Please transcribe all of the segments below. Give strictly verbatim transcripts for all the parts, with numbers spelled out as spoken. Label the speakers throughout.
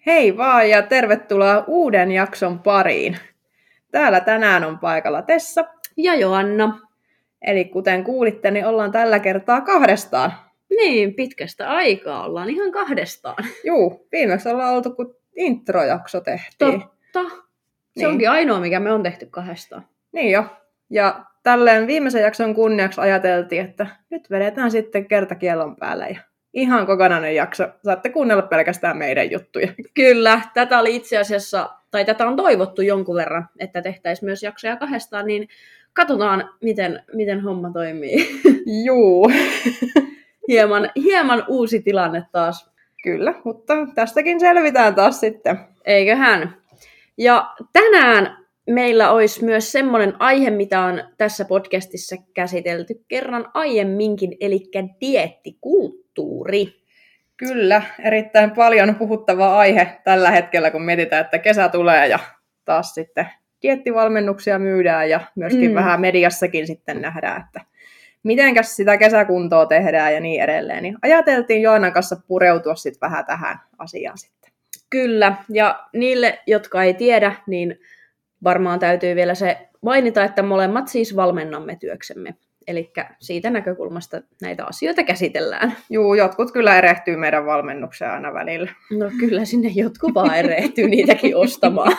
Speaker 1: Hei vaan ja tervetuloa uuden jakson pariin. Täällä tänään on paikalla Tessa.
Speaker 2: Ja Joanna.
Speaker 1: Eli kuten kuulitte, niin ollaan tällä kertaa kahdestaan.
Speaker 2: Niin, pitkästä aikaa ollaan ihan kahdestaan.
Speaker 1: Juu, viimeksi ollaan oltu, kun introjakso tehtiin.
Speaker 2: Totta. Se
Speaker 1: Niin.
Speaker 2: onkin ainoa, mikä me on tehty kahdestaan.
Speaker 1: Niin jo. Ja tälleen viimeisen jakson kunniaksi ajateltiin, että nyt vedetään sitten kertakiellon päälle ja ihan kokonainen jakso. Saatte kuunnella pelkästään meidän juttuja.
Speaker 2: Kyllä, tätä oli itse asiassa, tai tätä on toivottu jonkun verran, että tehtäisiin myös jaksoja kahdestaan, niin katsotaan, miten, miten homma toimii.
Speaker 1: Juu.
Speaker 2: hieman, hieman uusi tilanne taas.
Speaker 1: Kyllä, mutta tästäkin selvitään taas sitten.
Speaker 2: Eiköhän. Ja tänään meillä olisi myös semmoinen aihe, mitä on tässä podcastissa käsitelty kerran aiemminkin, eli dieettikulttuuri.
Speaker 1: Kyllä, erittäin paljon puhuttava aihe tällä hetkellä, kun mietitään, että kesä tulee ja taas sitten dieettivalmennuksia myydään ja myöskin mm. vähän mediassakin sitten nähdään, että mitenkäs sitä kesäkuntoa tehdään ja niin edelleen. Niin ajateltiin Joannan kanssa pureutua sitten vähän tähän asiaan sitten.
Speaker 2: Kyllä, ja niille, jotka ei tiedä, niin varmaan täytyy vielä se mainita, että molemmat siis valmennamme työksemme. Eli siitä näkökulmasta näitä asioita käsitellään.
Speaker 1: Juu, jotkut kyllä erehtyy meidän valmennukseen aina välillä.
Speaker 2: No kyllä sinne jotkut vaan erehtyy niitäkin ostamaan.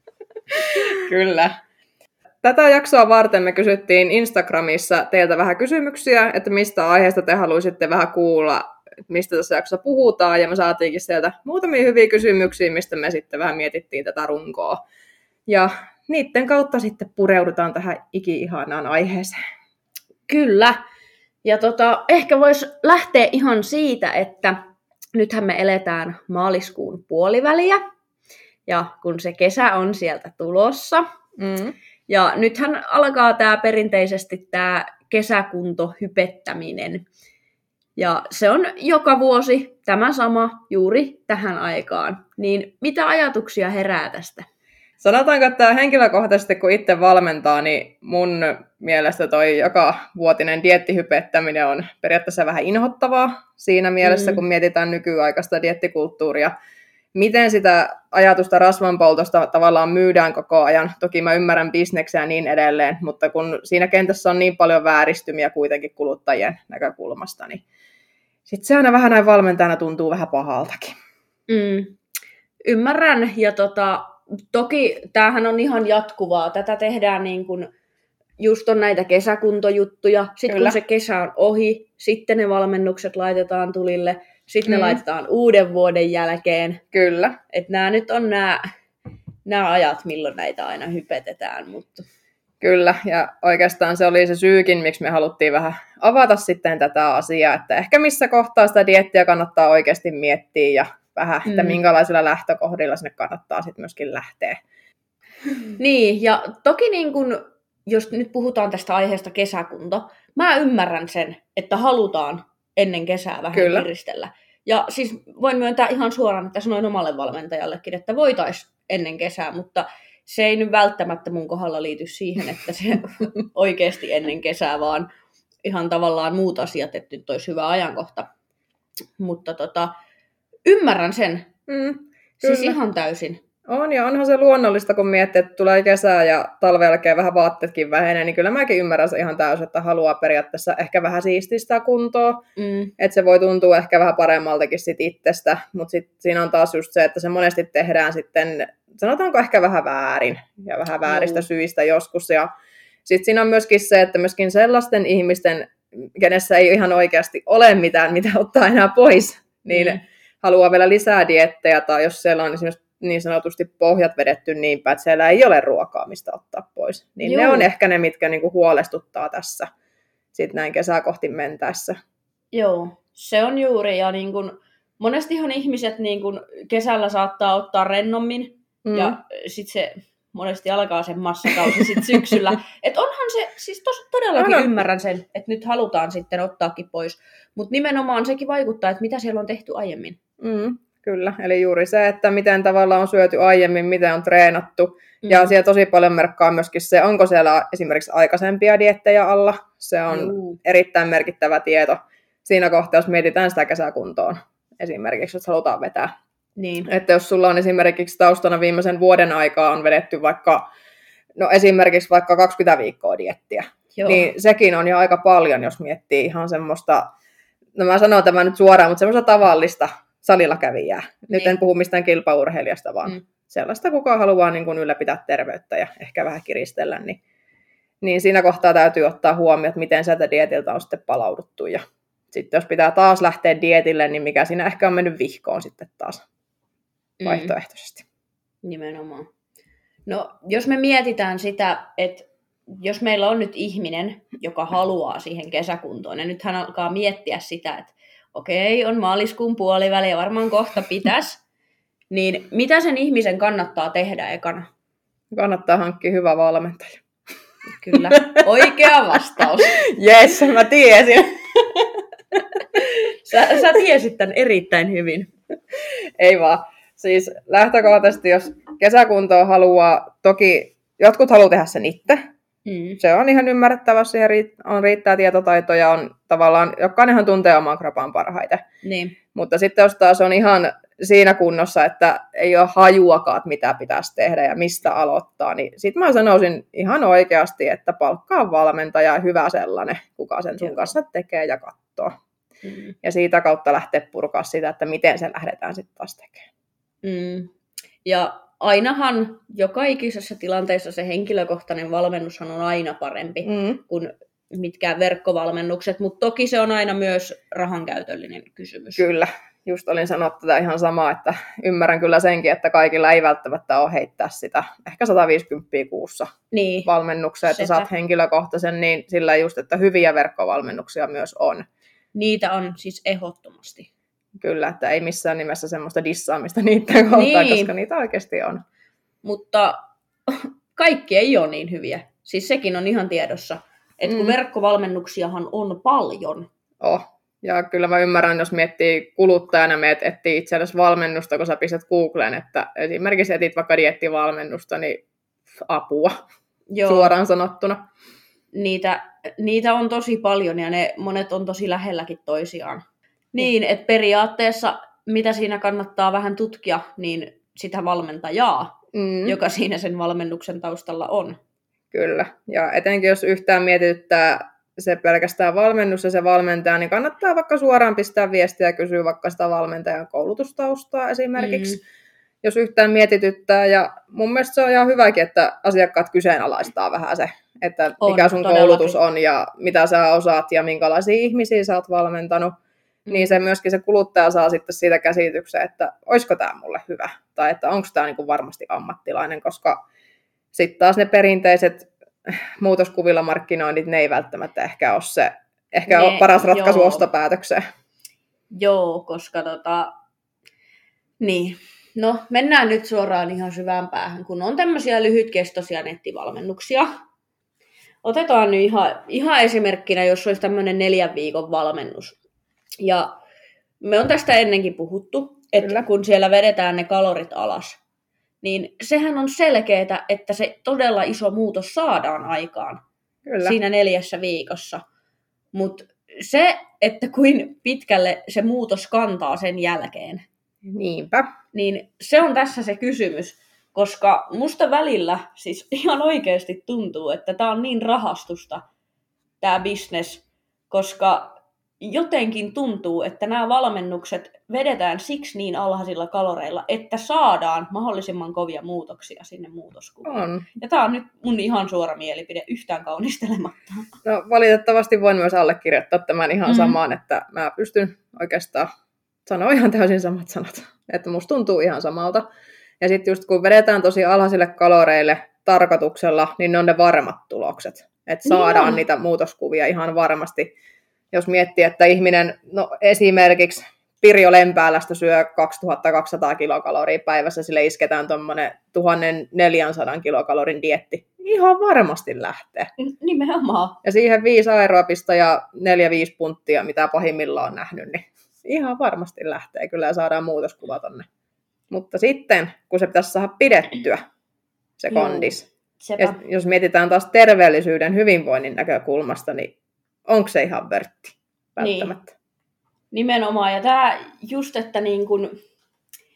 Speaker 1: Kyllä. Tätä jaksoa varten me kysyttiin Instagramissa teiltä vähän kysymyksiä, että mistä aiheesta te haluaisitte vähän kuulla, mistä tässä jaksossa puhutaan. Ja me saatiinkin sieltä muutamia hyviä kysymyksiä, mistä me sitten vähän mietittiin tätä runkoa. Ja niiden kautta sitten pureudutaan tähän iki-ihanaan aiheeseen.
Speaker 2: Kyllä. Ja tota, ehkä voisi lähteä ihan siitä, että nythän me eletään maaliskuun puoliväliä. Ja kun se kesä on sieltä tulossa. Mm. Ja nythän alkaa tämä perinteisesti tämä kesäkuntohypettäminen. Ja se on joka vuosi tämä sama juuri tähän aikaan. Niin mitä ajatuksia herää tästä?
Speaker 1: Sanotaanko, että henkilökohtaisesti kun itse valmentaa, niin mun mielestä toi joka vuotinen dieettihypettäminen on periaatteessa vähän inhottavaa siinä mielessä, mm. kun mietitään nykyaikaista dieettikulttuuria. Miten sitä ajatusta rasvanpoltosta tavallaan myydään koko ajan. Toki mä ymmärrän bisneksiä ja niin edelleen, mutta kun siinä kentässä on niin paljon vääristymiä kuitenkin kuluttajien näkökulmasta, niin sitten se aina vähän näin valmentajana tuntuu vähän pahaltakin.
Speaker 2: Mm. Ymmärrän, ja tota, toki tämähän on ihan jatkuvaa. Tätä tehdään niin kuin, just on näitä kesäkuntojuttuja. Sitten kun se kesä on ohi, sitten ne valmennukset laitetaan tulille. Sitten mm. ne laitetaan uuden vuoden jälkeen.
Speaker 1: Kyllä.
Speaker 2: Että nämä nyt on nämä, nämä ajat, milloin näitä aina hypetetään. Mutta...
Speaker 1: Kyllä, ja oikeastaan se oli se syykin, miksi me haluttiin vähän avata sitten tätä asiaa. Että ehkä missä kohtaa sitä dieettiä kannattaa oikeasti miettiä ja vähän, että mm. minkälaisilla lähtökohdilla sinne kannattaa sitten myöskin lähteä.
Speaker 2: Niin, ja toki niin kun, jos nyt puhutaan tästä aiheesta kesäkunto, mä ymmärrän sen, että halutaan ennen kesää vähän Kyllä. kiristellä. Ja siis voin myöntää ihan suoraan, että sanoin omalle valmentajallekin, että voitaisiin ennen kesää, mutta se ei nyt välttämättä mun kohdalla liity siihen, että se oikeasti ennen kesää, vaan ihan tavallaan muut asiat, että nyt olisi hyvä ajankohta. Mutta tota, ymmärrän sen. Mm, siis ihan täysin.
Speaker 1: On, ja onhan se luonnollista, kun miettii, että tulee kesää ja talven jälkeen vähän vaatteetkin vähenee, niin kyllä mäkin ymmärrän se ihan täysin, että haluaa periaatteessa ehkä vähän siistiä sitä kuntoa. Mm. Että se voi tuntua ehkä vähän paremmaltakin sit itsestä, mutta sitten siinä on taas just se, että se monesti tehdään sitten, sanotaanko ehkä vähän väärin ja vähän vääristä mm. syistä joskus. Ja sitten siinä on myöskin se, että myöskin sellaisten ihmisten, kenessä ei ihan oikeasti ole mitään, mitä ottaa enää pois, niin mm. haluaa vielä lisää dieettejä, tai jos siellä on esimerkiksi niin sanotusti pohjat vedetty niin päin, että siellä ei ole ruokaa, mistä ottaa pois. Niin Joo. ne on ehkä ne, mitkä niinku huolestuttaa tässä sit näin kesää kohti mentäessä.
Speaker 2: Joo, se on juuri. Ja niin kun, monestihan ihmiset niin kun kesällä saattaa ottaa rennommin, mm. ja sitten se monesti alkaa sen massakausi sit syksyllä. Et onhan se, siis tos, todellakin Aina. ymmärrän sen, että nyt halutaan sitten ottaakin pois. Mutta nimenomaan sekin vaikuttaa, että mitä siellä on tehty aiemmin.
Speaker 1: Mm. Kyllä, eli juuri se, että miten tavallaan on syöty aiemmin, miten on treenattu. Mm. Ja siellä tosi paljon merkkaa myöskin se, onko siellä esimerkiksi aikaisempia dieettejä alla. Se on mm. erittäin merkittävä tieto siinä kohtaa, jos mietitään sitä kesäkuntoon esimerkiksi, jos halutaan vetää.
Speaker 2: Niin.
Speaker 1: Että jos sulla on esimerkiksi taustana viimeisen vuoden aikaa on vedetty vaikka, no esimerkiksi vaikka kaksikymmentä viikkoa dieettiä, Joo. niin sekin on jo aika paljon, jos miettii ihan semmoista, no mä sanon tämän nyt suoraan, mutta semmoista tavallista salilla kävijää. Nyt niin. en puhu mistään kilpaurheilijasta, vaan mm. sellaista, kuka haluaa niin kuin ylläpitää terveyttä ja ehkä vähän kiristellä, niin, niin siinä kohtaa täytyy ottaa huomioon, että miten sieltä dietiltä on sitten palauduttu. Ja sitten jos pitää taas lähteä dietille, niin mikä siinä ehkä on mennyt vihkoon sitten taas vaihtoehtoisesti.
Speaker 2: Mm. Nimenomaan. No, jos me mietitään sitä, että jos meillä on nyt ihminen, joka haluaa siihen kesäkuntoon, ja nyt hän alkaa miettiä sitä, että okei, on maaliskuun puoliväli ja varmaan kohta pitäisi, niin mitä sen ihmisen kannattaa tehdä ekana?
Speaker 1: Kannattaa hankkia hyvä valmentaja.
Speaker 2: Kyllä, oikea vastaus.
Speaker 1: Jes, mä tiesin.
Speaker 2: Sä, sä tiesit tämän erittäin hyvin.
Speaker 1: Ei vaan. Siis lähtökohtaisesti, jos kesäkuntoa haluaa, toki jotkut haluaa tehdä sen itse. Mm. Se on ihan ymmärrettävä, siihen on riittää tietotaitoja, on tavallaan, jokainenhan tuntee oman kropan parhaiten.
Speaker 2: Niin.
Speaker 1: Mutta sitten jos taas on ihan siinä kunnossa, että ei ole hajuakaan, että mitä pitäisi tehdä ja mistä aloittaa, niin sitten mä sanoisin ihan oikeasti, että palkkaa valmentaja, hyvä sellainen, kuka sen sun kanssa tekee ja katsoo. Mm. Ja siitä kautta lähteä purkaa sitä, että miten se lähdetään sitten taas tekemään.
Speaker 2: Mm. Ja ainahan joka ikisessä tilanteessa se henkilökohtainen valmennushan on aina parempi mm. kuin mitkään verkkovalmennukset, mutta toki se on aina myös rahankäytöllinen kysymys.
Speaker 1: Kyllä, just olin sanonut tätä ihan samaa, että ymmärrän kyllä senkin, että kaikilla ei välttämättä ole heittää sitä ehkä sata viisikymmentä kuussa niin. valmennukseen, että Sepä. saat henkilökohtaisen, niin sillä just, että hyviä verkkovalmennuksia myös on.
Speaker 2: Niitä on siis ehdottomasti.
Speaker 1: Kyllä, että ei missään nimessä semmoista dissaamista niiden kohtaan, niin. koska niitä oikeasti on.
Speaker 2: Mutta kaikki ei ole niin hyviä. Siis sekin on ihan tiedossa. Että kun mm. verkkovalmennuksiahan on paljon.
Speaker 1: Oh. Ja kyllä mä ymmärrän, jos miettii kuluttajana, meet etsii itsellesi valmennusta, kun sä pistät Googleen, että esimerkiksi etit vaikka diettivalmennusta, niin apua Joo. suoraan sanottuna.
Speaker 2: Niitä, niitä on tosi paljon ja ne monet on tosi lähelläkin toisiaan. Niin, että periaatteessa mitä siinä kannattaa vähän tutkia, niin sitä valmentajaa, mm. joka siinä sen valmennuksen taustalla on.
Speaker 1: Kyllä, ja etenkin jos yhtään mietityttää se pelkästään valmennus ja se valmentaja, niin kannattaa vaikka suoraan pistää viestiä ja kysyä vaikka sitä valmentajan koulutustaustaa esimerkiksi, mm. jos yhtään mietityttää. Ja mun mielestä se on ihan hyväkin, että asiakkaat kyseenalaistaa vähän se, että on, mikä sun todellakin. koulutus on ja mitä sä osaat ja minkälaisia ihmisiä sä oot valmentanut. Mm. Niin se myöskin se kuluttaja saa sitten siitä käsityksen, että olisiko tämä mulle hyvä tai että onko tämä niinku varmasti ammattilainen, koska sitten taas ne perinteiset muutoskuvilla markkinoinnit, ne ei välttämättä ehkä ole se ehkä ne, ole paras ratkaisu joo. ostopäätökseen.
Speaker 2: Joo, koska tota, niin, no mennään nyt suoraan ihan syvään päähän, kun on tämmöisiä lyhytkestoisia nettivalmennuksia. Otetaan nyt ihan, ihan esimerkkinä, jos olisi tämmöinen neljän viikon valmennus. Ja me on tästä ennenkin puhuttu, että Kyllä. kun siellä vedetään ne kalorit alas, niin sehän on selkeää, että se todella iso muutos saadaan aikaan Kyllä. siinä neljässä viikossa. Mutta se, että kuin pitkälle se muutos kantaa sen jälkeen,
Speaker 1: Niinpä.
Speaker 2: niin se on tässä se kysymys. Koska musta välillä siis ihan oikeasti tuntuu, että tää on niin rahastusta, tää business, koska jotenkin tuntuu, että nämä valmennukset vedetään siksi niin alhaisilla kaloreilla, että saadaan mahdollisimman kovia muutoksia sinne muutoskuvaan.
Speaker 1: On.
Speaker 2: Ja tämä on nyt mun ihan suora mielipide, yhtään kaunistelematta.
Speaker 1: No valitettavasti voin myös allekirjoittaa tämän ihan mm. samaan, että mä pystyn oikeastaan sanoa ihan täysin samat sanat. Että musta tuntuu ihan samalta. Ja sitten just kun vedetään tosi alhaisille kaloreille tarkoituksella, niin ne on ne varmat tulokset. Että saadaan niin niitä muutoskuvia ihan varmasti. Jos miettii, että ihminen, no esimerkiksi Pirjo Lempäälästä syö kaksituhattakaksisataa kilokaloria päivässä, sille isketään tuommoinen tuhatneljäsataa kilokalorin dieetti. Ihan varmasti lähtee.
Speaker 2: Nimenomaan.
Speaker 1: Ja siihen viisi aerobista ja neljä viisi punttia, mitä pahimmillaan on nähnyt, niin ihan varmasti lähtee. Kyllä saadaan muutoskuva tonne. Mutta sitten, kun se pitäisi saada pidettyä, se kondis. Ja jos mietitään taas terveellisyyden hyvinvoinnin näkökulmasta, niin onko se ihan vörtti välttämättä?
Speaker 2: Niin. Nimenomaan. Ja tämä just, että niin kun,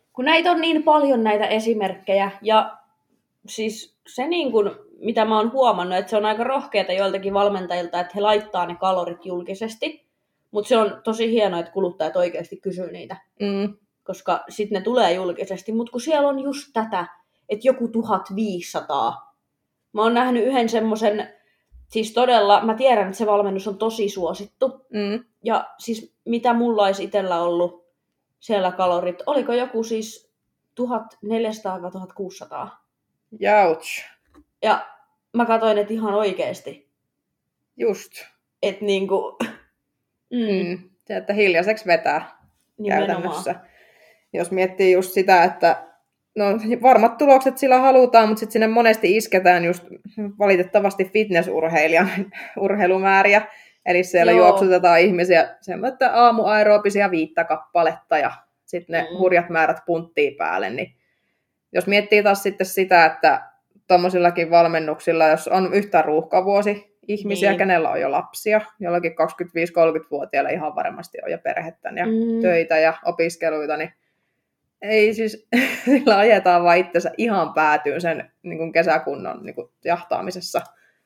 Speaker 2: kun näitä on niin paljon näitä esimerkkejä, ja siis se niin kuin, mitä mä oon huomannut, että se on aika rohkeata joiltakin valmentajilta, että he laittaa ne kalorit julkisesti, mutta se on tosi hienoa, että kuluttajat oikeasti kysyy niitä, mm. koska sitten ne tulee julkisesti, mutta kun siellä on just tätä, että joku tuhatviisisataa. Mä oon nähnyt yhden semmoisen, siis todella, mä tiedän, että se valmennus on tosi suosittu, mm. ja siis mitä mulla olisi itsellä ollut siellä kalorit, oliko joku siis tuhatneljäsataa vai tuhatkuusisataa?
Speaker 1: Jauts.
Speaker 2: Ja mä katsoin, että ihan oikeesti.
Speaker 1: Just.
Speaker 2: Että niinku...
Speaker 1: Mm. Mm. Se, että hiljaiseksi vetää nimenomaan käytännössä. Jos miettii just sitä, että no varmat tulokset sillä halutaan, mutta sitten sinne monesti isketään just valitettavasti fitnessurheilijan urheilumääriä. Eli siellä Joo. juoksutetaan ihmisiä semmoista aamuaerobisia viittä kappaletta ja sitten ne mm. hurjat määrät punttii päälle. Niin jos miettii taas sitten sitä, että tuommoisillakin valmennuksilla, jos on yhtä ruuhkavuosi ihmisiä, niin. kenellä on jo lapsia, jollakin kaksikymmentäviisi-kolmekymmentävuotiailla ihan varmasti on jo perhettä ja mm. töitä ja opiskeluita, niin ei siis, sillä ajetaan vaan itsensä ihan päätyyn sen niin kuin kesäkunnon niin kuin jahtaamisessa.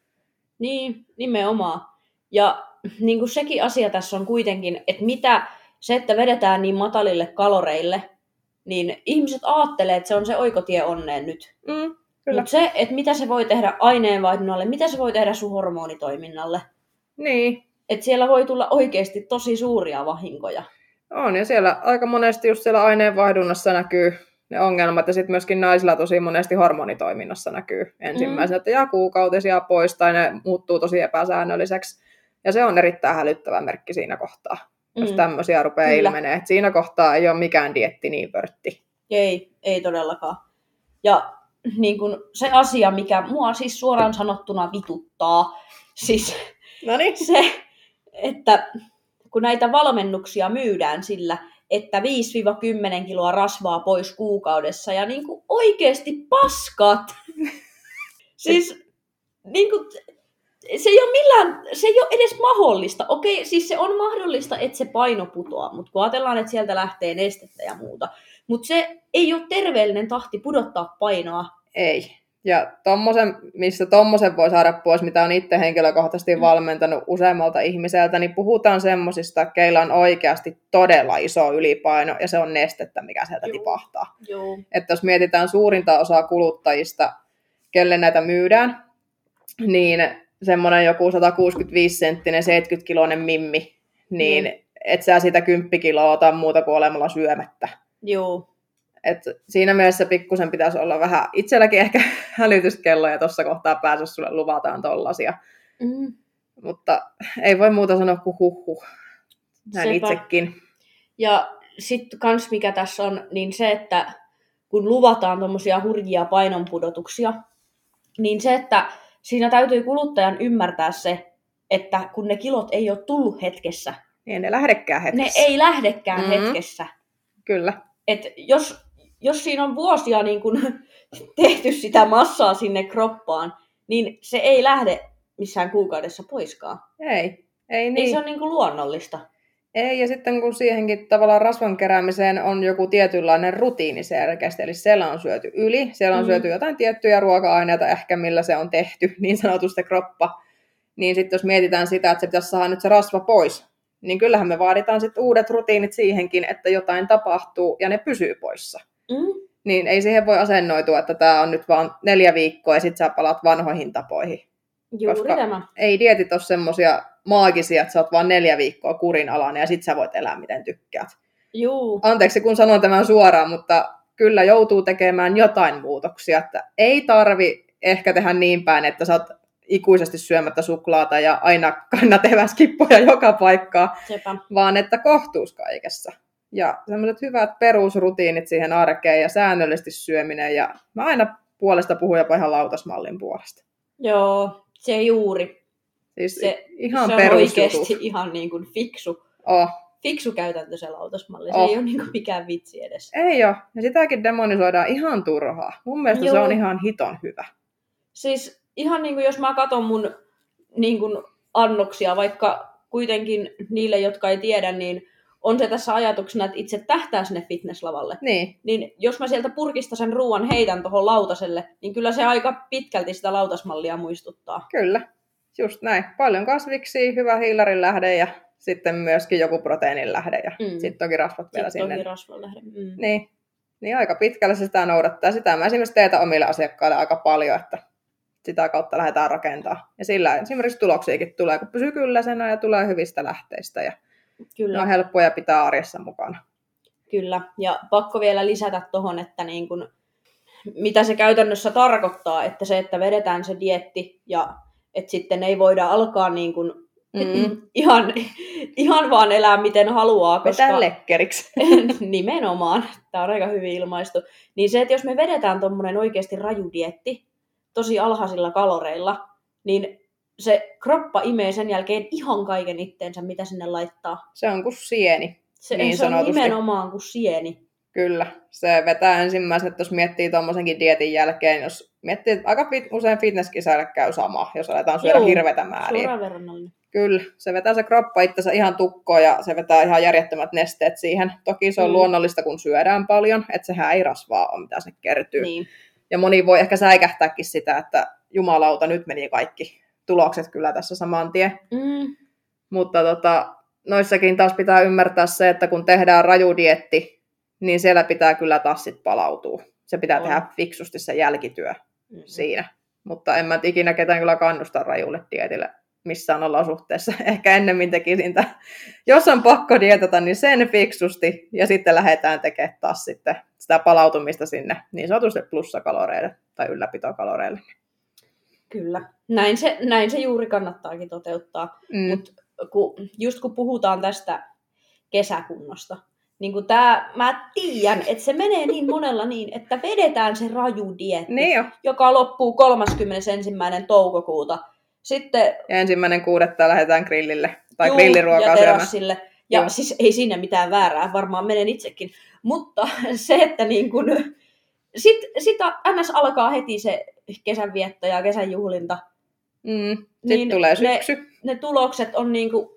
Speaker 2: Niin, nimenomaan. Ja niin kuin sekin asia tässä on kuitenkin, että mitä se, että vedetään niin matalille kaloreille, niin ihmiset ajattelee, että se on se oikotie onneen nyt. Mm, mutta se, että mitä se voi tehdä aineenvaihdunnalle, mitä se voi tehdä sun hormonitoiminnalle.
Speaker 1: Niin.
Speaker 2: Että siellä voi tulla oikeasti tosi suuria vahinkoja.
Speaker 1: On, ja siellä aika monesti just siellä aineenvaihdunnassa näkyy ne ongelmat, ja sitten myöskin naisilla tosi monesti hormonitoiminnassa näkyy ensimmäisenä, mm. että jää kuukautisia pois, tai ne muuttuu tosi epäsäännölliseksi. Ja se on erittäin hälyttävä merkki siinä kohtaa, mm. jos tämmöisiä rupeaa Kyllä. ilmenee. Et siinä kohtaa ei ole mikään dieetti niin vörtti.
Speaker 2: Ei, ei todellakaan. Ja niin kun se asia, mikä mua siis suoraan sanottuna vituttaa, siis
Speaker 1: Noniin.
Speaker 2: se, että kun näitä valmennuksia myydään sillä, että viisi kymmenen kiloa rasvaa pois kuukaudessa, ja niin kuin oikeasti paskat. siis niin kuin, se ei ole millään, se ei ole edes mahdollista. Okei, siis se on mahdollista, että se paino putoaa, mutta kun ajatellaan, että sieltä lähtee nestettä ja muuta. Mutta se ei ole terveellinen tahti pudottaa painoa.
Speaker 1: Ei. Ja tommosen, missä tommosen voi saada pois, mitä on itse henkilökohtaisesti valmentanut useammalta ihmiseltä, niin puhutaan semmosista, keillä on oikeasti todella iso ylipaino, ja se on nestettä, mikä sieltä Joo. tipahtaa.
Speaker 2: Joo.
Speaker 1: Että jos mietitään suurinta osaa kuluttajista, kelle näitä myydään, niin semmoinen joku sata kuusikymmentäviisi senttinen, seitsemänkymmentä kiloinen mimmi, niin mm. et sä sitä kymmenen kiloa ota muuta kuin olemalla syömättä.
Speaker 2: Joo.
Speaker 1: Et siinä mielessä pikkusen pitäisi olla vähän itselläkin ehkä hälytyskelloja tuossa kohtaa päässä, sulle luvataan tollasia. Mm. Mutta ei voi muuta sanoa kuin huhhuh. Näin Sepä. Itsekin.
Speaker 2: Ja sitten kans mikä tässä on, niin se, että kun luvataan tommosia hurjia painonpudotuksia, niin se, että siinä täytyy kuluttajan ymmärtää se, että kun ne kilot ei ole tullut hetkessä.
Speaker 1: Niin ne lähdekään hetkessä.
Speaker 2: Ne ei lähdekään mm-hmm. hetkessä.
Speaker 1: Kyllä.
Speaker 2: Et jos, jos siinä on vuosia niin kun tehty sitä massaa sinne kroppaan, niin se ei lähde missään kuukaudessa poiskaan.
Speaker 1: Ei. Ei, niin.
Speaker 2: Ei se on niin kuin luonnollista.
Speaker 1: Ei, ja sitten kun siihenkin tavallaan rasvan keräämiseen on joku tietynlainen rutiini selkeästi, eli siellä on syöty yli, siellä on mm. syöty jotain tiettyjä ruoka-aineita ehkä, millä se on tehty, niin sanotusti kroppa, niin sitten jos mietitään sitä, että se pitäisi saada nyt se rasva pois, niin kyllähän me vaaditaan sitten uudet rutiinit siihenkin, että jotain tapahtuu ja ne pysyy poissa. Mm. Niin ei siihen voi asennoitua, että tämä on nyt vaan neljä viikkoa ja sitten sä palaat vanhoihin tapoihin.
Speaker 2: Juuri
Speaker 1: Koska
Speaker 2: tämä.
Speaker 1: Ei dieetit ole semmoisia maagisia, että sä oot vaan neljä viikkoa kurinalainen ja sit sä voit elää miten tykkäät.
Speaker 2: Juu.
Speaker 1: Anteeksi kun sanon tämän suoraan, mutta kyllä joutuu tekemään jotain muutoksia. Että ei tarvi ehkä tehdä niin päin, että sä oot ikuisesti syömättä suklaata ja aina kannat eväskippoja joka paikkaa,
Speaker 2: Sepä.
Speaker 1: Vaan että kohtuus kaikessa. Ja semmoiset hyvät perusrutiinit siihen arkeen ja säännöllisesti syöminen. Ja mä aina puolesta puhun jopa ihan lautasmallin puolesta.
Speaker 2: Joo, se juuri.
Speaker 1: Siis se, ihan
Speaker 2: se on oikeasti ihan niin kuin fiksu,
Speaker 1: oh.
Speaker 2: fiksu käytäntö se lautasmalli. Se
Speaker 1: oh.
Speaker 2: ei ole niin kuin mikään vitsi edes.
Speaker 1: Ei ole. Ja sitäkin demonisoidaan ihan turhaa. Mun mielestä Joo. se on ihan hiton hyvä.
Speaker 2: Siis ihan niin kuin jos mä katson mun niin kuin annoksia, vaikka kuitenkin niille, jotka ei tiedä, niin on se tässä ajatuksena, että itse tähtää sinne fitnesslavalle.
Speaker 1: Niin.
Speaker 2: Niin jos mä sieltä purkista sen ruoan heitän tuohon lautaselle, niin kyllä se aika pitkälti sitä lautasmallia muistuttaa.
Speaker 1: Kyllä, just näin. Paljon kasviksia, hyvä hiilarin lähde ja sitten myöskin joku proteiinin lähde ja mm. sitten toki rasvat vielä
Speaker 2: sitten
Speaker 1: sinne.
Speaker 2: Toki rasvan lähde. Mm.
Speaker 1: Niin. niin aika pitkälle se sitä noudattaa. Sitä mä esimerkiksi teetän omille asiakkaille aika paljon, että sitä kautta lähdetään rakentamaan. Ja sillä esimerkiksi tuloksiakin tulee, kun pysyy kylläisenä ja tulee hyvistä lähteistä ja Kyllä. ne on helppoja pitää arjessa mukana.
Speaker 2: Kyllä, ja pakko vielä lisätä tuohon, että niin kun, mitä se käytännössä tarkoittaa, että se, että vedetään se dieetti ja että sitten ei voida alkaa niin kun, mm. ihan, ihan vaan elää miten haluaa.
Speaker 1: Koska vetää lekkeriksi.
Speaker 2: Nimenomaan, tämä on aika hyvin ilmaistu. Niin se, että jos me vedetään tuommoinen oikeasti raju dieetti, tosi alhaisilla kaloreilla, niin se kroppa imee sen jälkeen ihan kaiken itteensä, mitä sinne laittaa.
Speaker 1: Se on kuin sieni.
Speaker 2: Se, niin se on nimenomaan kuin sieni.
Speaker 1: Kyllä. Se vetää ensimmäisenä, että jos miettii tuommoisenkin dietin jälkeen, jos miettii, että aika fit, usein fitnesskisaille käy sama, jos aletaan syödä Joo, hirveätä määriä.
Speaker 2: Suoraan verrannollinen.
Speaker 1: Kyllä. Se vetää se kroppa itsensä ihan tukkoon ja se vetää ihan järjettömät nesteet siihen. Toki se on mm. luonnollista, kun syödään paljon, että sehän ei rasvaa ole, mitä sinne kertyy. Niin. Ja moni voi ehkä säikähtääkin sitä, että jumalauta, nyt meni kaikki tulokset kyllä tässä saman tien. Mm. Mutta tota, noissakin taas pitää ymmärtää se, että kun tehdään raju dieetti, niin siellä pitää kyllä taas sit palautua. Se pitää on. tehdä fiksusti se jälkityö mm-hmm. siinä. Mutta en mä ikinä ketään kyllä kannusta rajulle dietille missään olosuhteessa. Ehkä ennemmin tekisin tämän. Jos on pakko dietata, niin sen fiksusti. Ja sitten lähdetään tekemään taas sitten sitä palautumista sinne niin sanotusti plussakaloreille tai ylläpitokaloreille.
Speaker 2: Kyllä. Näin se, näin se juuri kannattaakin toteuttaa. Mm. Mut kun, just kun puhutaan tästä kesäkunnosta, niin kun tää, mä tiedän, että se menee niin monella niin, että vedetään se raju dieetti,
Speaker 1: niin
Speaker 2: joka loppuu kolmaskymmenesensimmäinen toukokuuta. Sitten,
Speaker 1: ja ensimmäinen kuudetta lähdetään grillille tai juu, grilliruokaa
Speaker 2: ja terassille. Ja Joo. siis ei siinä mitään väärää, varmaan menen itsekin. Mutta se, että niin kun, sit, sit ns. Alkaa heti se kesänvietto ja kesänjuhlinta.
Speaker 1: Mm. Sitten niin tulee syksy.
Speaker 2: Ne, ne tulokset on niin kuin,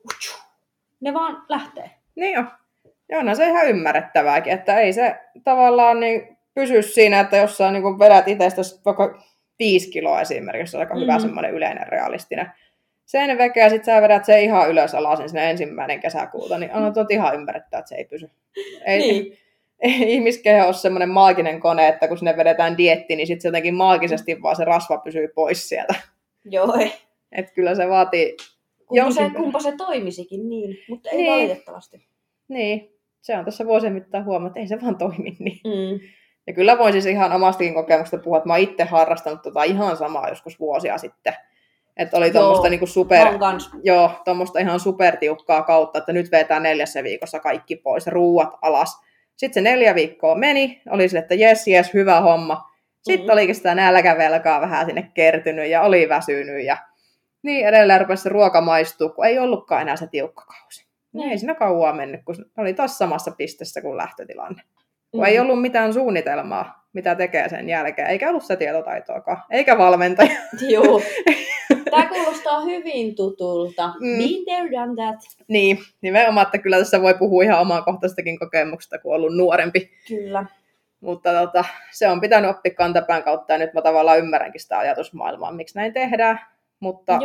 Speaker 2: ne vaan lähtee.
Speaker 1: Niin jo. Ja onhan se ihan ymmärrettävääkin, että ei se tavallaan niin pysy siinä, että jos sä niin vedät itsestäsi vaikka viisi kiloa esimerkiksi, se on aika mm. hyvä semmoinen yleinen realistinen. Sen veke ja sit sä vedät sen ihan ylös alasin sinne ensimmäinen kesäkuuta, niin on ihan ymmärrettävää, että se ei pysy. Ei,
Speaker 2: niin.
Speaker 1: ei ihmiskeho ole semmoinen maaginen kone, että kun sinne vedetään dieetti, niin sitten jotenkin maagisesti vaan se rasva pysyy pois sieltä.
Speaker 2: Joo.
Speaker 1: Että kyllä se vaatii...
Speaker 2: Kumpa se, kumpa se toimisikin niin, mutta ei niin. valitettavasti.
Speaker 1: Niin, se on tässä vuosien mittaan huomannut, että ei se vaan toimi niin.
Speaker 2: Mm.
Speaker 1: Ja kyllä voin siis ihan omastakin kokemuksesta puhua, että mä oon itse harrastanut tota ihan samaa joskus vuosia sitten. Että oli tuommoista niinku super, joo, tuommoista ihan supertiukkaa kautta, että nyt vetää neljässä viikossa kaikki pois, ruuat alas. Sitten se neljä viikkoa meni, oli sille, että jes, jes, hyvä homma. Sitten mm-hmm. olikin sitä nälkävelkaa vähän sinne kertynyt ja oli väsynyt ja niin edelleen rupesi se ruoka maistua, kun ei ollutkaan enää se tiukka kausi. Mm. Ei siinä kauaa mennyt, kun oli taas samassa pisteessä kuin lähtötilanne. Kun mm. ei ollut mitään suunnitelmaa, mitä tekee sen jälkeen. Eikä ollut se tietotaitoakaan, eikä valmentaja.
Speaker 2: Joo. Tämä kuulostaa hyvin tutulta. Mm. Been there, done that.
Speaker 1: Niin, nimenomaan, että kyllä tässä voi puhua ihan omakohtaistakin kokemuksesta, kun on ollut nuorempi.
Speaker 2: Kyllä.
Speaker 1: Mutta tota, se on pitänyt oppia kantapään kautta, ja nyt mä tavallaan ymmärränkin sitä ajatusmaailmaa, miksi näin tehdään. Mutta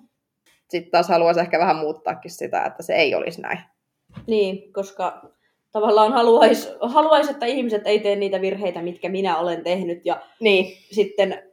Speaker 1: sitten taas haluaisi ehkä vähän muuttaakin sitä, että se ei olisi näin.
Speaker 2: Niin, koska tavallaan haluaisi, haluais, että ihmiset ei tee niitä virheitä, mitkä minä olen tehnyt. Ja
Speaker 1: niin.
Speaker 2: sitten,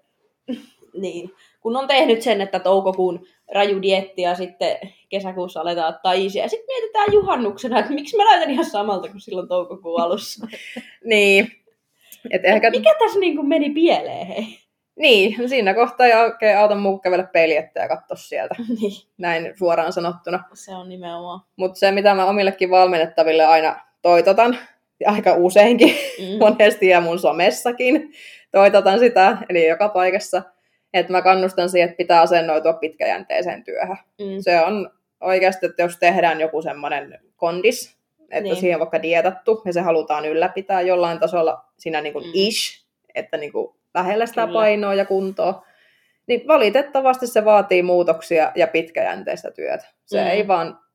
Speaker 2: niin, kun on tehnyt sen, että toukokuun raju dieetti ja sitten kesäkuussa aletaan ottaa iisiä. Ja sitten mietitään juhannuksena, että miksi mä näytän ihan samalta kuin silloin toukokuun alussa.
Speaker 1: niin. Et ehkä...
Speaker 2: Mikä tässä niin kuin meni pieleen, hei?
Speaker 1: Niin, siinä kohtaa ei oikein auta muu kävellä peiliin ja katsoa sieltä.
Speaker 2: Niin.
Speaker 1: Näin suoraan sanottuna.
Speaker 2: Se on nimenomaan.
Speaker 1: Mutta se, mitä mä omillekin valmennettaville aina toitotan, ja aika useinkin, mm. monesti ja mun somessakin toitotan sitä, eli joka paikassa, että mä kannustan siihen, että pitää asennoitua pitkäjänteiseen työhön. Mm. Se on oikeasti, että jos tehdään joku semmoinen kondis, että niin. siihen on vaikka dietattu, ja se halutaan ylläpitää jollain tasolla siinä niin kuin mm. ish, että niin kuin lähellä sitä Kyllä. painoa ja kuntoa, niin valitettavasti se vaatii muutoksia ja pitkäjänteistä työtä. Se mm. ei vaan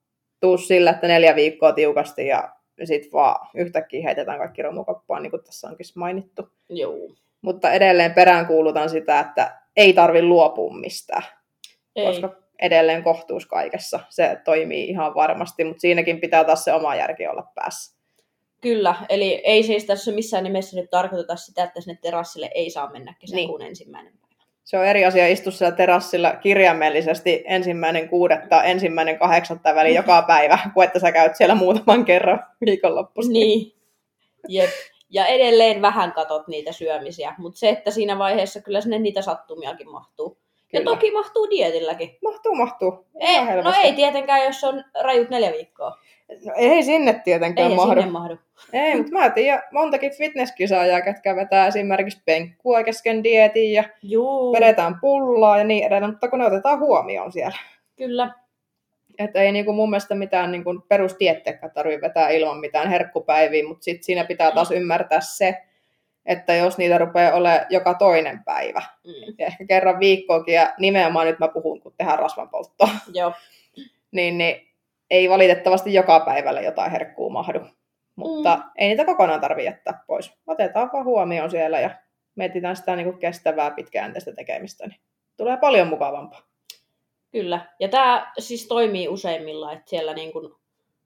Speaker 1: tuu sillä, että neljä viikkoa tiukasti ja sitten vaan yhtäkkiä heitetään kaikki romukoppaan, niin kuin tässä onkin mainittu.
Speaker 2: Joo.
Speaker 1: Mutta edelleen peräänkuulutan sitä, että ei tarvi luopua mistään. Ei. Koska edelleen kohtuus kaikessa. Se toimii ihan varmasti, mutta siinäkin pitää taas se oma järki olla päässä.
Speaker 2: Kyllä, eli ei siis tässä missään nimessä nyt tarkoiteta sitä, että sinne terassille ei saa mennä kesäkuun niin. ensimmäinen päivä.
Speaker 1: Se on eri asia istua siellä terassilla kirjaimellisesti ensimmäinen kuudetta, ensimmäinen kahdeksatta väliin joka päivä, kuin että sä käyt siellä muutaman kerran viikonloppuisin.
Speaker 2: Niin, jep. Ja edelleen vähän katot niitä syömisiä, mutta se, että siinä vaiheessa kyllä sinne niitä sattumiakin mahtuu. Kyllä. Ja toki mahtuu dietilläkin.
Speaker 1: Mahtuu, mahtuu.
Speaker 2: Ei, no ei tietenkään, jos on rajut neljä viikkoa.
Speaker 1: No ei sinne tietenkään
Speaker 2: ei
Speaker 1: mahdu.
Speaker 2: Sinne mahdu.
Speaker 1: Ei, mutta mä tiedän montakin fitnesskisaajaa, ketkä vetää esimerkiksi penkkua kesken dietin ja Juu. vedetään pullaa ja niin edelleen, mutta kun ne otetaan huomioon siellä.
Speaker 2: Kyllä.
Speaker 1: Että ei niinku mun mielestä mitään niinku perusdiettekään tarvitse vetää ilman mitään herkkupäiviä, mutta sitten siinä pitää taas ymmärtää se, että jos niitä rupeaa olemaan joka toinen päivä, mm. ja ehkä kerran viikkoakin, ja nimenomaan nyt mä puhun, kun tehdään rasvanpolttoa,
Speaker 2: Joo.
Speaker 1: niin, niin ei valitettavasti joka päivällä jotain herkkuu mahdu. Mutta mm. ei niitä kokonaan tarvitse jättää pois. Otetaan vaan huomioon siellä ja mietitään sitä niin kuin kestävää pitkäjänteistä tekemistä, niin tulee paljon mukavampaa.
Speaker 2: Kyllä. Ja tämä siis toimii useimmilla, että siellä niin kuin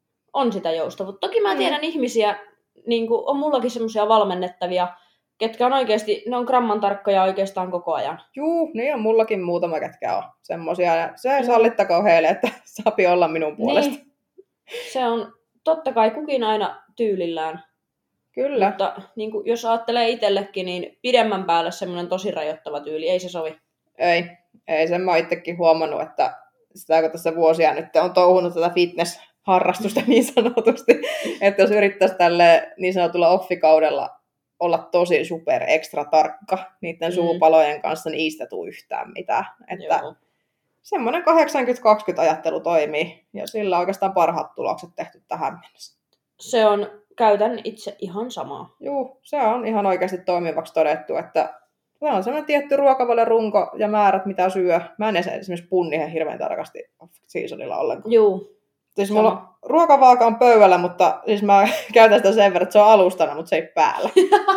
Speaker 2: on sitä joustavuutta. Toki mä tiedän mm. ihmisiä, niin kuin on mullakin semmoisia valmennettavia, ketkä on oikeasti, ne on gramman tarkkoja oikeastaan koko ajan.
Speaker 1: Juu, niin on mullakin muutama, ketkä on semmoisia. Se sallittakoon heille, että saapi olla minun puolesta.
Speaker 2: Niin. Se on totta kai kukin aina tyylillään.
Speaker 1: Kyllä.
Speaker 2: Mutta niin kuin, jos ajattelee itsellekin, niin pidemmän päälle semmoinen tosi rajoittava tyyli, ei se sovi.
Speaker 1: Ei, ei sen mä oon itsekin huomannut, että sitä kun tässä vuosia nyt on touhunut tätä fitness-harrastusta niin sanotusti, että jos yrittäisi tälle niin sanotulla offikaudella olla tosi super ekstra tarkka niiden mm. suupalojen kanssa, niin ei sitä tule yhtään mitään. Että Joo. semmoinen kahdeksankymmentä kaksikymmentä ajattelu toimii, ja sillä on oikeastaan parhaat tulokset tehty tähän mennessä.
Speaker 2: Se on, käytän itse ihan samaa.
Speaker 1: Joo, se on ihan oikeasti toimivaksi todettu, että se on semmoinen tietty ruokavalion runko ja määrät, mitä syö. Mä en esimerkiksi punni hirveän tarkasti off-seasonilla ollenkaan.
Speaker 2: Joo.
Speaker 1: Siis mulla on ruokavaaka on pöydällä, mutta siis mä käytän sitä sen verran, että se on alustana, mutta se ei päällä.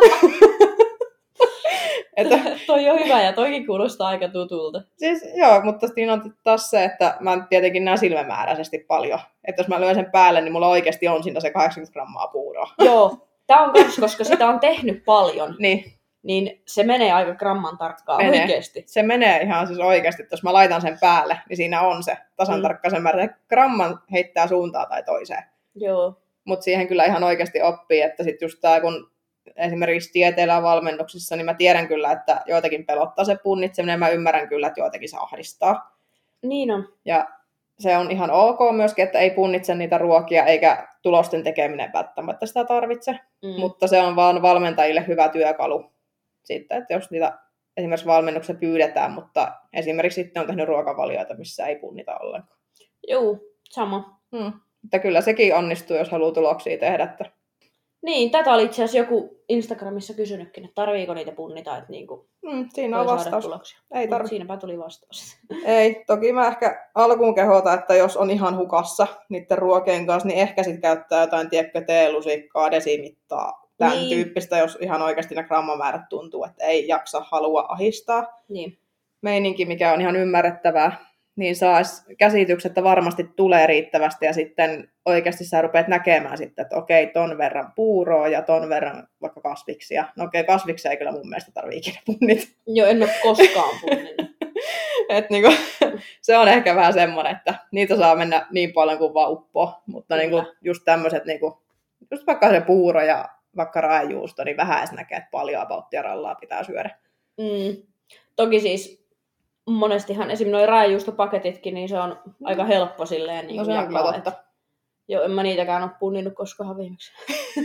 Speaker 2: että, toi on hyvä ja toikin kuulostaa aika tutulta.
Speaker 1: Siis joo, mutta siinä on taas se, että mä tietenkin näen silmämääräisesti paljon. Että jos mä lyön sen päälle, niin mulla oikeasti on siinä se kahdeksankymmentä grammaa puuroa.
Speaker 2: Joo, tää on kans, koska sitä on tehnyt paljon.
Speaker 1: Niin.
Speaker 2: Niin se menee aika gramman tarkkaan
Speaker 1: menee.
Speaker 2: Oikeasti.
Speaker 1: Se menee ihan siis oikeasti, että jos mä laitan sen päälle, niin siinä on se tasan mm. tarkka sen määrä. Gramman heittää suuntaan tai toiseen.
Speaker 2: Joo.
Speaker 1: Mutta siihen kyllä ihan oikeasti oppii, että sit just tää kun esimerkiksi tieteellä valmennuksissa, niin mä tiedän kyllä, että joitakin pelottaa se punnitseminen, mä ymmärrän kyllä, että joitakin se ahdistaa.
Speaker 2: Niin on.
Speaker 1: Ja se on ihan ok myöskin, että ei punnitse niitä ruokia, eikä tulosten tekeminen välttämättä sitä tarvitse. Mm. Mutta se on vaan valmentajille hyvä työkalu sitten, että jos niitä esimerkiksi valmennuksessa pyydetään, mutta esimerkiksi sitten on tehnyt ruokavalioita, missä ei punnita ollenkaan.
Speaker 2: Joo, sama.
Speaker 1: Mm. Mutta kyllä sekin onnistuu, jos haluaa tuloksia tehdä. Että...
Speaker 2: Niin, tätä oli itse asiassa joku Instagramissa kysynytkin, että tarviiko niitä punnita, että niinku
Speaker 1: mm, siinä on vastaus. Ei tarvi.
Speaker 2: Siinäpä tuli vastaus.
Speaker 1: Ei, toki mä ehkä alkuun kehotan, että jos on ihan hukassa niiden ruokien kanssa, niin ehkä sitten käyttää jotain tiekkä teelusikkaa, desimittaa, tämän niin. tyyppistä, jos ihan oikeasti ne grammamäärät tuntuu, että ei jaksa halua ahistaa.
Speaker 2: Niin.
Speaker 1: Meininki, mikä on ihan ymmärrettävää, niin saisi käsitykset, että varmasti tulee riittävästi ja sitten oikeasti sä rupeat näkemään sitten, että okei, ton verran puuroa ja ton verran vaikka kasviksia. No okei, kasviksia ei kyllä mun mielestä tarvitse ikinä punnita.
Speaker 2: Joo, en ole koskaan punninut.
Speaker 1: Et niinku, se on ehkä vähän semmoinen, että niitä saa mennä niin paljon kuin vaan uppoo, mutta niinku just tämmöiset, niinku, just vaikka se puuro ja vaikka raajuusto, niin vähän edes näkee, että paljon apauttia rallaa pitää syödä.
Speaker 2: Mm. Toki siis monestihan esimerkiksi nuo raajuustopaketitkin, niin se on mm. aika helppo silleen niin
Speaker 1: no, se on kyllä totta.
Speaker 2: Että... Joo, en mä niitäkään ole punninut koskaan viimeksi.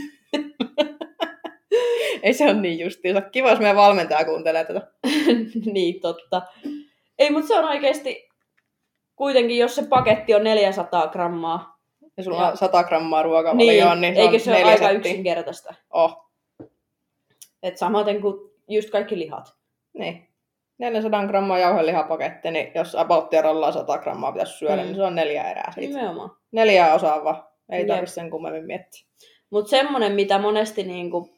Speaker 1: Ei se ole niin justiinsa. Kiva, jos meidän valmentaja kuuntelee tätä.
Speaker 2: Niin, totta. Ei, mutta se on oikeasti kuitenkin, jos se paketti on neljäsataa grammaa.
Speaker 1: Ja sulla ja... on sata grammaa ruokavalioon, niin, niin se
Speaker 2: eikö
Speaker 1: on
Speaker 2: se ole aika settiä. Yksinkertaista?
Speaker 1: Oh.
Speaker 2: Et samaten kuin just kaikki lihat.
Speaker 1: Niin. neljäsataa grammaa jauhelihapaketti, niin jos abouttia rollaa sata grammaa pitäisi syödä, mm. niin se on neljä erää siitä.
Speaker 2: Nimenomaan.
Speaker 1: Neljää osaa vaan. Ei tarvitse sen kummemmin miettiä.
Speaker 2: Mutta semmoinen, mitä monesti, niinku,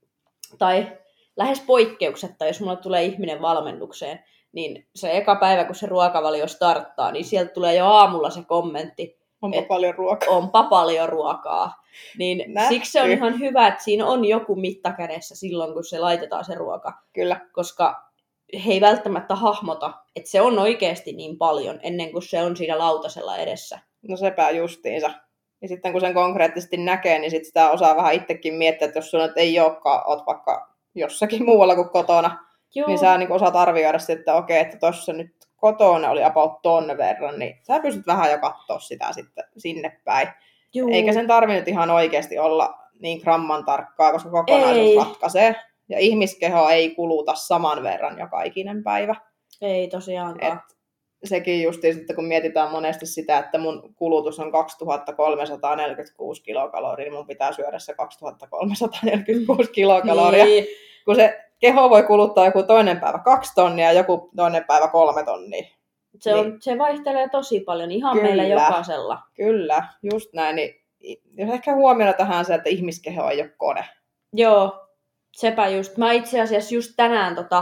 Speaker 2: tai lähes poikkeuksetta, jos mulle tulee ihminen valmennukseen, niin se eka päivä, kun se ruokavalio starttaa, niin sieltä tulee jo aamulla se kommentti,
Speaker 1: onpa paljon ruokaa.
Speaker 2: Onpa paljon ruokaa. Niin siksi se on ihan hyvä, että siinä on joku mitta kädessä silloin, kun se laitetaan se ruoka.
Speaker 1: Kyllä.
Speaker 2: Koska he ei välttämättä hahmota, että se on oikeasti niin paljon ennen kuin se on siinä lautasella edessä.
Speaker 1: No sepä justiinsa. Ja sitten kun sen konkreettisesti näkee, niin sit sitä osaa vähän itsekin miettiä, että jos sulla ei olekaan, oot vaikka jossakin muualla kuin kotona, Joo. niin sä niin osaat arvioida sitten, että okei, että tuossa nyt kotona oli about ton verran, niin sä pystyt vähän jo katsoa sitä sitten sinne päin. Joo. Eikä sen tarvinnut ihan oikeasti olla niin gramman tarkkaa, koska kokonaisuus ei. ratkaisee. Ja ihmiskeho ei kuluta saman verran joka ikinen päivä.
Speaker 2: Ei tosiaankaan.
Speaker 1: Et sekin justiin sitten, kun mietitään monesti sitä, että mun kulutus on kaksituhattakolmesataaneljäkymmentäkuusi kilokaloria, niin mun pitää syödä se kaksituhattakolmesataaneljäkymmentäkuusi kilokaloria. Niin. Kun se keho voi kuluttaa joku toinen päivä kaksi tonnia ja joku toinen päivä kolme tonnia.
Speaker 2: Se, on, niin. se vaihtelee tosi paljon, ihan Kyllä. meillä jokaisella.
Speaker 1: Kyllä, just näin. Niin, jos ehkä huomioida tähän se, että ihmiskeho ei ole kone.
Speaker 2: Joo, sepä just. Mä itse asiassa just tänään tota,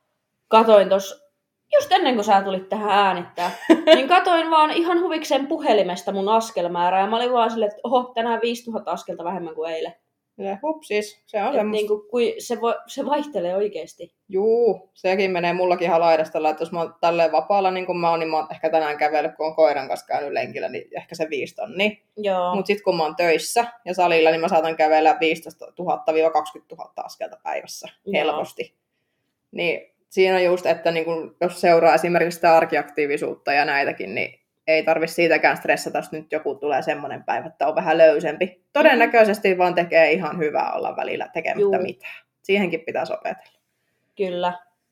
Speaker 2: katoin tossa, just ennen kuin sä tulit tähän äänittää, niin katoin vaan ihan huvikseen puhelimesta mun askelmäärää. Ja mä olin vaan silleen, että oho, tänään viisituhatta askelta vähemmän kuin eilen.
Speaker 1: Ja hupsis, se on semmoista.
Speaker 2: Niin kuin, se, vo, se vaihtelee oikeesti.
Speaker 1: Juu, sekin menee mullakin ihan laidasta, että jos mä oon tälleen vapaalla, niin kuin mä oon, niin mä oon ehkä tänään kävellyt, kun on koiran kanssa käynyt lenkillä, niin ehkä se viisi tonnia. Mutta sitten kun mä oon töissä ja salilla, niin mä saatan kävellä viisitoistatuhatta kaksikymmentätuhatta askelta päivässä helposti. Joo. Niin siinä on just, että niin kun, jos seuraa esimerkiksi sitä arkiaktiivisuutta ja näitäkin, niin ei tarvitse siitäkään stressata, jos nyt joku tulee semmoinen päivä, että on vähän löysempi. Todennäköisesti mm. vaan tekee ihan hyvää olla välillä tekemättä Juu. mitään. Siihenkin pitäisi opetella.
Speaker 2: Kyllä.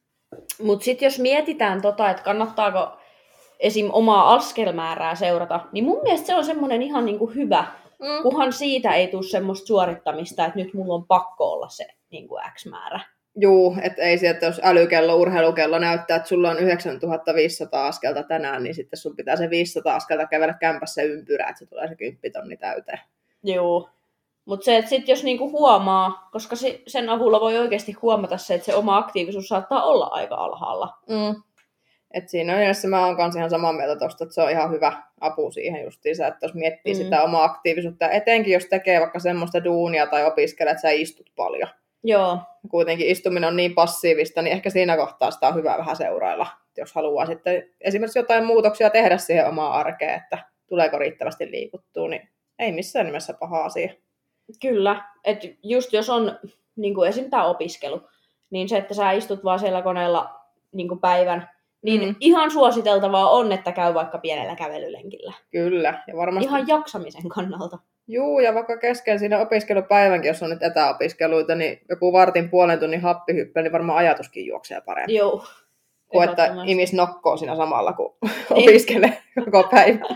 Speaker 2: Mutta sitten jos mietitään tota, että kannattaako esim. Omaa askelmäärää seurata, niin mun mielestä se on semmoinen ihan niinku hyvä, mm. kunhan siitä ei tule semmoista suorittamista, että nyt mulla on pakko olla se niinku X-määrä.
Speaker 1: Juu, että ei sieltä, jos älykello, urheilukello näyttää, että sulla on yhdeksäntuhatta viisisataa askelta tänään, niin sitten sun pitää se viisisataa askelta kävellä kämpässä ympyrää, että se tulee se kymppitonni täyteen.
Speaker 2: Joo, mutta se, että sitten jos niinku huomaa, koska se, sen avulla voi oikeasti huomata se, että se oma aktiivisuus saattaa olla aika alhaalla.
Speaker 1: Mm. Et siinä on mielessä mä oon kanssa ihan samaa mieltä tosta, että se on ihan hyvä apu siihen justiinsa, että jos miettii mm. sitä omaa aktiivisuutta, etenkin jos tekee vaikka semmoista duunia tai opiskelee, että sä istut paljon.
Speaker 2: Joo.
Speaker 1: Kuitenkin istuminen on niin passiivista, niin ehkä siinä kohtaa sitä on hyvä vähän seurailla, jos haluaa sitten esimerkiksi jotain muutoksia tehdä siihen omaan arkeen, että tuleeko riittävästi liikuttua, niin ei missään nimessä paha asia.
Speaker 2: Kyllä, että just jos on niin kuin esim. Tämä opiskelu, niin se, että sä istut vaan siellä koneella niin kuin päivän, niin mm. ihan suositeltavaa on, että käy vaikka pienellä kävelylenkillä.
Speaker 1: Kyllä, ja varmasti
Speaker 2: ihan jaksamisen kannalta.
Speaker 1: Juu, ja vaikka kesken siinä opiskelupäivänkin, jos on nyt etäopiskeluita, niin joku vartin puolen tunnin happihyppely, niin varmaan ajatuskin juoksee paremmin.
Speaker 2: Joo.
Speaker 1: Kuin että imis nokkoo siinä samalla, kun opiskelee koko päivän.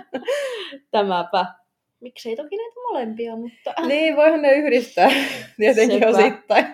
Speaker 2: Tämäpä. Miksei toki näitä molempia, mutta
Speaker 1: niin, voihan ne yhdistää tietenkin Sepä. osittain.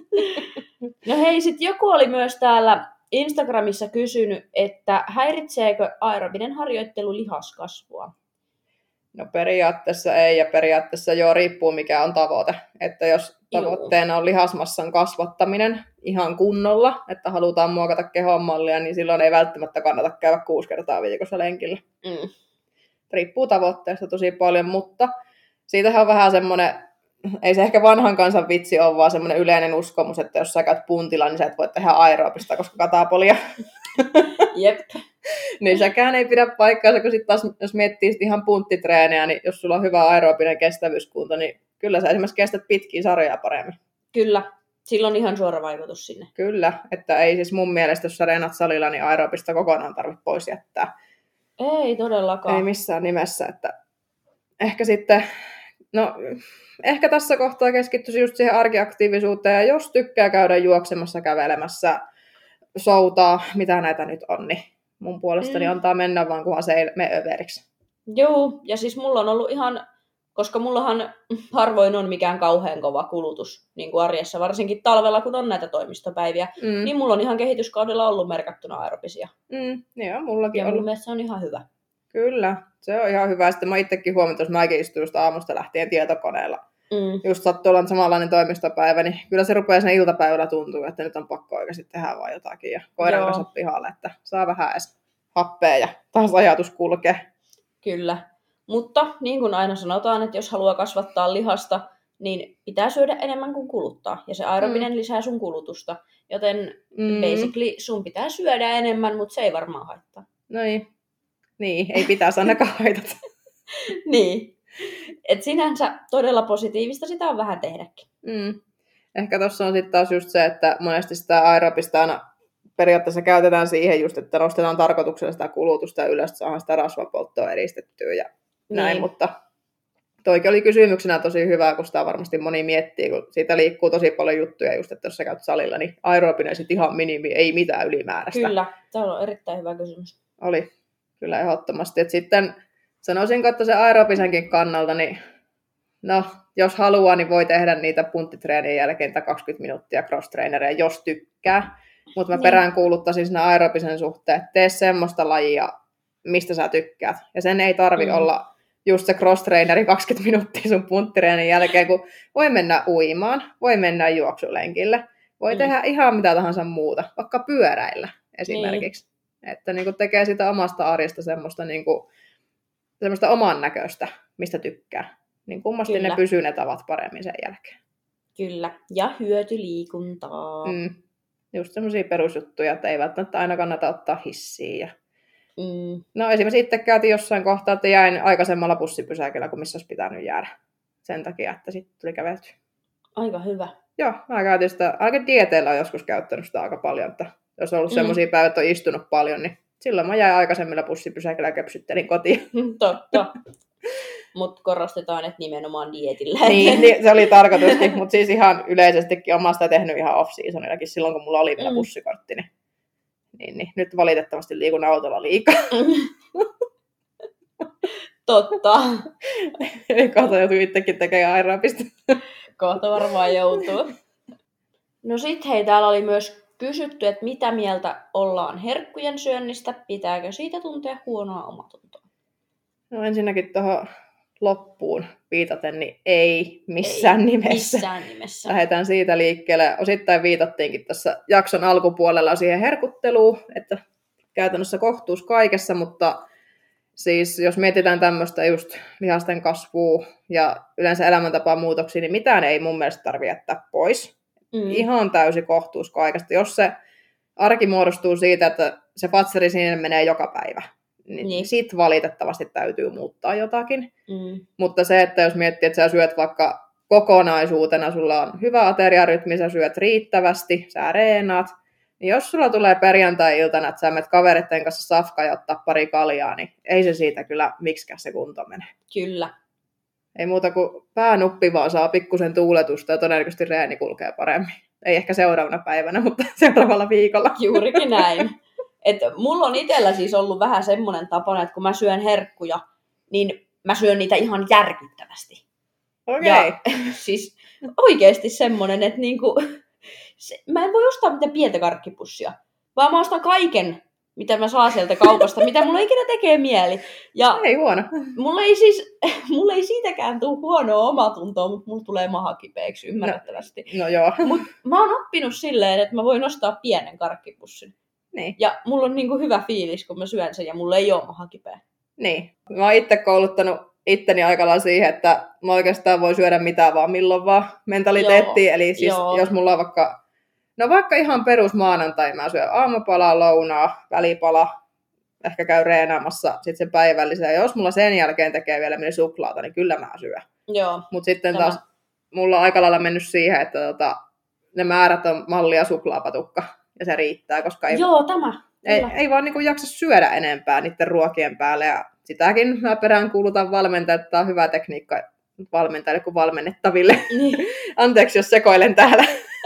Speaker 2: No hei, sit joku oli myös täällä Instagramissa kysynyt, että häiritseekö aerobinen harjoittelu lihaskasvua?
Speaker 1: No periaatteessa ei, ja periaatteessa joo, riippuu mikä on tavoite. Että jos tavoitteena on lihasmassan kasvattaminen ihan kunnolla, että halutaan muokata kehon mallia, niin silloin ei välttämättä kannata käydä kuusi kertaa viikossa lenkillä. Mm. Riippuu tavoitteesta tosi paljon, mutta siitähän on vähän semmoinen, ei se ehkä vanhan kansan vitsi ole, vaan semmoinen yleinen uskomus, että jos sä käyt puntilla, niin sä et voi tehdä aerobista, koska katapolia.
Speaker 2: Jep.
Speaker 1: Niin sekään ei pidä paikkaansa, kun sitten taas, jos miettii sit ihan punttitreeniä, niin jos sulla on hyvä aerobinen kestävyyskunto, niin kyllä sä esimerkiksi kestät pitkiä sarjoja paremmin.
Speaker 2: Kyllä, sillä on ihan suora vaikutus sinne.
Speaker 1: Kyllä, että ei siis mun mielestä, jos sä reenat salilla, niin aerobista kokonaan tarvitse pois jättää.
Speaker 2: Ei todellakaan.
Speaker 1: Ei missään nimessä, että ehkä sitten, no ehkä tässä kohtaa keskittyisi just siihen arkiaktiivisuuteen, ja jos tykkää käydä juoksemassa, kävelemässä, soutaa, mitä näitä nyt on, niin mun puolestani mm. antaa mennä vaan, kunhan se ei mene överiksi.
Speaker 2: Joo, ja siis mulla on ollut ihan Koska mullahan harvoin on mikään kauhean kova kulutus niin kuin arjessa, varsinkin talvella, kun on näitä toimistopäiviä, mm. niin mulla on ihan kehityskaudella ollut merkattuna aerobisia.
Speaker 1: Mm, joo, mullakin
Speaker 2: ja
Speaker 1: ollut.
Speaker 2: mun mielestä se on ihan hyvä.
Speaker 1: Kyllä, se on ihan hyvä. Sitten mä itsekin huomannut, jos mäkin istun just aamusta lähtien tietokoneella. Mm. Just sattuu olla samanlainen toimistopäivä, niin kyllä se rupeaa sen iltapäivällä tuntuu, että nyt on pakko oikeasti tehdä vaan jotakin. Ja koiran joo. kanssa pihalle, että saa vähän edes happea ja taas ajatus kulkee.
Speaker 2: Kyllä. Mutta niin kuin aina sanotaan, että jos haluaa kasvattaa lihasta, niin pitää syödä enemmän kuin kuluttaa. Ja se aerobinen mm. lisää sun kulutusta. Joten mm. basically sun pitää syödä enemmän, mutta se ei varmaan haittaa.
Speaker 1: No niin. Niin, ei pitäisi ainakaan haitata.
Speaker 2: Niin. Et sinänsä todella positiivista sitä on vähän tehdäkin.
Speaker 1: Mm. Ehkä tuossa on sitten taas just se, että monesti sitä aerobista aina periaatteessa käytetään siihen just, että nostetaan tarkoituksella sitä kulutusta ylös, että saadaan sitä rasvapolttoa edistettyä ja näin, niin. Mutta toikin oli kysymyksenä tosi hyvä, kun sitä varmasti moni miettii, kun siitä liikkuu tosi paljon juttuja just, että jos sä käyt salilla, niin aerobinen sitten ihan minimi, ei mitään ylimääräistä.
Speaker 2: Kyllä, tämä on erittäin hyvä kysymys.
Speaker 1: Oli, kyllä ehdottomasti. Et sitten sanoisinko, että se aerobisenkin kannalta, niin no, jos haluaa, niin voi tehdä niitä punttitreenien jälkeen kaksikymmentä minuuttia cross-trainereja, jos tykkää. Mutta mä niin. perään kuuluttaisin siinä aerobisen suhteen, että tee semmoista lajia, mistä sä tykkäät. Ja sen ei tarvi mm. olla just se cross-traineri kaksikymmentä minuuttia sun punttireenin jälkeen, kun voi mennä uimaan, voi mennä juoksulenkille, voi mm. tehdä ihan mitä tahansa muuta, vaikka pyöräillä esimerkiksi. Niin. Että niin tekee sitä omasta arjesta semmoista, niin kuin, semmoista oman näköistä, mistä tykkää. Niin kummasti Kyllä. ne pysyy ne tavat paremmin sen jälkeen.
Speaker 2: Kyllä, ja hyötyliikuntaa.
Speaker 1: Mm. Just semmoisia perusjuttuja, että ei välttämättä aina kannata ottaa hissiä. Ja... Mm. No esimerkiksi itse käytiin jossain kohtaa, että jäin aikaisemmalla bussipysäkillä, kuin missä olisi pitänyt jäädä. Sen takia, että sitten tuli käveltyä.
Speaker 2: Aika hyvä.
Speaker 1: Joo, mä käytin sitä, aika dieteillä on joskus käyttänyt sitä aika paljon, että jos on ollut mm. semmoisia päivät, että on istunut paljon, niin silloin mä jäin aikaisemmilla bussipysäkillä ja köpsyttelin kotiin.
Speaker 2: Totta. Mutta korostetaan, että nimenomaan dietillä.
Speaker 1: Niin, niin, se oli tarkoituskin, mutta siis ihan yleisestikin olen sitä tehnyt ihan off-seasonillakin silloin, kun mulla oli vielä mm. bussikortti. Niin, niin, niin, nyt valitettavasti liikun autolla liikaa.
Speaker 2: Totta.
Speaker 1: Kohta joutuu itsekin tekemään aerobista.
Speaker 2: Kohta varmaan joutuu. No sit hei, täällä oli myös kysytty, että mitä mieltä ollaan herkkujen syönnistä, pitääkö siitä tuntea huonoa omatuntoa?
Speaker 1: No ensinnäkin tuohon loppuun viitaten, niin ei missään ei, nimessä.
Speaker 2: Missään nimessä.
Speaker 1: Lähdetään siitä liikkeelle. Osittain viitattiinkin tässä jakson alkupuolella siihen herkutteluun, että käytännössä kohtuus kaikessa, mutta siis jos mietitään tämmöistä just lihasten kasvua ja yleensä elämäntapaan muutoksia, niin mitään ei mun mielestä tarvitse jättää pois. Mm. Ihan täysi kohtuus kaikesta. Jos se arki muodostuu siitä, että se patseri sinne menee joka päivä, niin, niin. sit valitettavasti täytyy muuttaa jotakin. Mm. Mutta se, että jos miettii, että sä syöt vaikka kokonaisuutena, sulla on hyvä ateriarytmi, sä syöt riittävästi, sä reenaat, niin jos sulla tulee perjantai-iltana, että sä menet kavereiden kanssa safkaa ja ottaa pari kaljaa, niin ei se siitä kyllä miksikään se kunto mene.
Speaker 2: Kyllä.
Speaker 1: Ei muuta kuin päänuppi vaan saa pikkusen tuuletusta ja todennäköisesti reeni kulkee paremmin. Ei ehkä seuraavana päivänä, mutta seuraavalla viikolla.
Speaker 2: Juurikin näin. Et mulla on itsellä siis ollut vähän semmoinen tapana, että kun mä syön herkkuja, niin mä syön niitä ihan järkyttävästi.
Speaker 1: Okei. Okay.
Speaker 2: Siis oikeasti semmoinen, että niinku, se, mä en voi ostaa mitään pientä karkkipussia, vaan mä ostan kaiken, mitä mä saan sieltä kaupasta, mitä mulla ikinä tekee mieli. Ja
Speaker 1: ei huono.
Speaker 2: Mulla ei siis, mulla ei siitäkään tule huonoa omatuntoa, mutta mulla tulee maha kipeäksi ymmärrettävästi.
Speaker 1: No, no joo.
Speaker 2: Mut mä oon oppinut silleen, että mä voin ostaa pienen karkkipussin.
Speaker 1: Niin.
Speaker 2: Ja mulla on niinku hyvä fiilis, kun mä syön sen ja mulla ei ole maha kipeä.
Speaker 1: Niin. Mä oon itse kouluttanut itteni aikallaan siihen, että mä oikeastaan voi syödä mitään vaan milloin vaan mentaliteettiin. Joo. Eli siis Joo. jos mulla on vaikka, no vaikka ihan perus maanantai, mä syön aamupalaa, lounaa, välipala, ehkä käy reenaamassa sitten sen päivällisen. Ja jos mulla sen jälkeen tekee vielä meni suklaata, niin kyllä mä syön.
Speaker 2: Joo.
Speaker 1: Mut sitten Tämä. taas mulla on aika lailla mennyt siihen, että tota, ne määrät on mallia suklaapatukka. Ja se riittää, koska ei,
Speaker 2: Joo, tämä.
Speaker 1: ei, ei vaan niin kuin jaksa syödä enempää niiden ruokien päälle. Ja sitäkin mä perään kuulutan valmentajille, että tämä on hyvä tekniikka valmentajille kuin valmennettaville. Niin. Anteeksi, jos sekoilen täällä.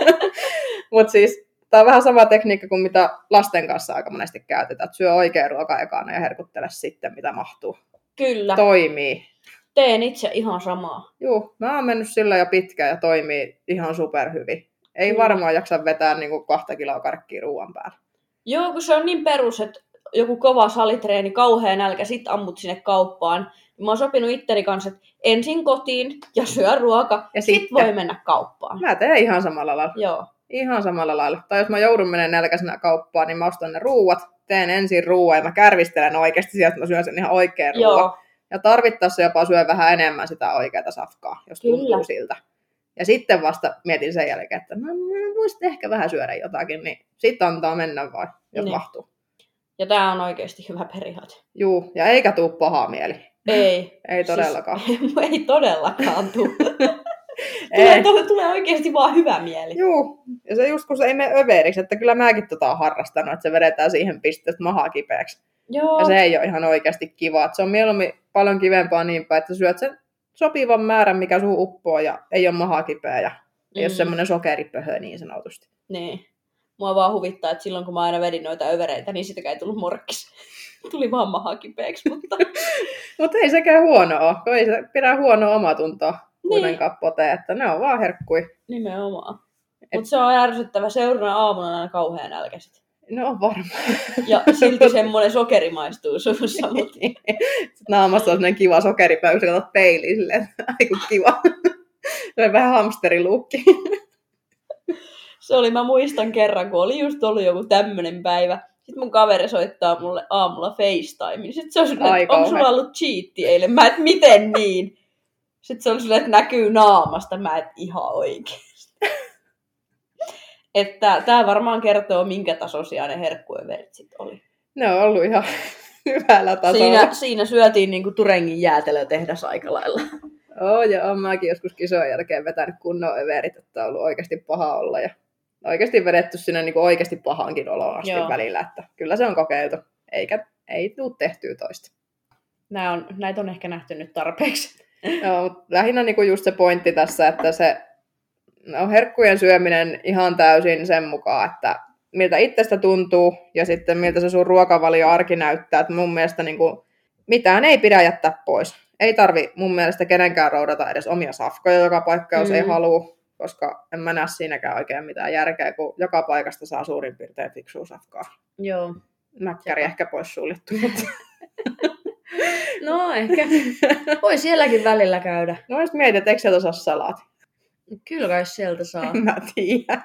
Speaker 1: Mutta siis tämä on vähän sama tekniikka kuin mitä lasten kanssa aika monesti käytetään. Syö oikea ruoka ekana ja herkuttele sitten, mitä mahtuu.
Speaker 2: Kyllä.
Speaker 1: Toimii.
Speaker 2: teen itse ihan samaa.
Speaker 1: Joo, mä oon mennyt sillä jo pitkään ja toimii ihan superhyvin. Ei
Speaker 2: Kyllä.
Speaker 1: varmaan jaksa vetää niinku kahta kiloa karkkia ruoan päällä.
Speaker 2: Joo, kun se on niin perus, että joku kova salitreeni, kauhea nälkä, sit ammut sinne kauppaan. Mä oon sopinut itteni kanssa, että ensin kotiin ja syö ruoka, ja sit sitten voi mennä kauppaan.
Speaker 1: Mä teen ihan samalla lailla.
Speaker 2: Joo.
Speaker 1: Ihan samalla lailla. Tai jos mä joudun menemään nälkäisenä kauppaan, niin mä ostan ne ruuat, teen ensin ruoan ja mä kärvistelen oikeasti sieltä, että mä syön sen ihan oikean ruoan. Ja tarvittaessa jopa syön vähän enemmän sitä oikeaa safkaa, jos Kyllä. tuntuu siltä. Ja sitten vasta mietin sen jälkeen, että no, voisit ehkä vähän syödä jotakin, niin sitten antaa mennä vaan, jos niin. mahtuu.
Speaker 2: Ja tää on oikeasti hyvä periaate.
Speaker 1: Juu, ja eikä tuu paha mieli.
Speaker 2: Ei.
Speaker 1: Ei todellakaan.
Speaker 2: Siis, ei todellakaan tuu. tulee, tulee oikeasti vaan hyvä mieli.
Speaker 1: Juu, ja se just kun se ei mene överiksi, että kyllä mäkin tota on harrastanut, että se vedetään siihen pisteestä mahaa kipeäksi. Joo. Ja se ei ole ihan oikeasti kiva. Että se on mieluummin paljon kivempaa niin päin, että syöt sen sopivan määrän, mikä suhun uppoo ja ei ole maha kipeä ja mm. ei ole semmoinen sokeripöhö niin sanotusti.
Speaker 2: Niin. Mua vaan huvittaa, että silloin kun mä aina vedin noita övereitä, niin sitäkään ei tullut morkkis. Tuli vaan maha kipeäksi, mutta...
Speaker 1: mutta ei sekään huono ole, ei se pidä huonoa omatuntoa kuitenkaan niin. Potee, että ne on vaan herkkui.
Speaker 2: Nimenomaan. Et... Mutta se on ärsyttävä, seuraavana aamuna aina kauhean nälkäiset.
Speaker 1: No on varmaan.
Speaker 2: Ja silti semmoinen sokeri maistuu suussa. Mutta...
Speaker 1: Sitten naamassa on sellainen kiva sokeripäivä, kun sä katsot peiliin silleen, aiku kiva. Se on vähän hamsteriluukki.
Speaker 2: Se oli, mä muistan kerran, kun oli just ollut joku tämmönen päivä. Sitten mun kaveri soittaa mulle aamulla FaceTime. Sitten se on silleen, että onko sulla ollut cheatti eilen? Mä et miten niin? Sitten se on silleen, että näkyy naamasta. Mä et ihan oikeesti. Että tää varmaan kertoo, minkä tasoisia ne herkkuöverit sit oli.
Speaker 1: Ne on ollut ihan hyvällä tasolla.
Speaker 2: Siinä, siinä syötiin niinku Turengin jäätelötehdas aika lailla.
Speaker 1: Oo, ja oon mäkin joskus kisojen jälkeen vetänyt kunnon överit, että on ollut oikeasti paha olla. Ja oikeasti vedetty sinne niinku oikeasti pahankin oloon asti Joo. välillä. Että kyllä se on kokeiltu, eikä ei tule tehtyä toista.
Speaker 2: Nää on, näitä on ehkä nähty nyt tarpeeksi.
Speaker 1: Joo, mutta lähinnä niinku just se pointti tässä, että se no, herkkujen syöminen ihan täysin sen mukaan, että miltä itsestä tuntuu ja sitten miltä se sun ruokavalio arki näyttää. Että mun mielestä niin kuin, mitään ei pidä jättää pois. Ei tarvi mun mielestä kenenkään roudata edes omia safkoja joka paikka, jos mm. ei halua, koska en mä näe siinäkään oikein mitään järkeä, kun joka paikasta saa suurin piirtein fiksua safkaa.
Speaker 2: Joo.
Speaker 1: Mäkkäri Jota. ehkä pois suljettu, mutta...
Speaker 2: No ehkä. Voi sielläkin välillä käydä.
Speaker 1: No jos mietit, että eikö sieltä saa salaati?
Speaker 2: Kyllä kai sieltä saa.
Speaker 1: En mä tiedä.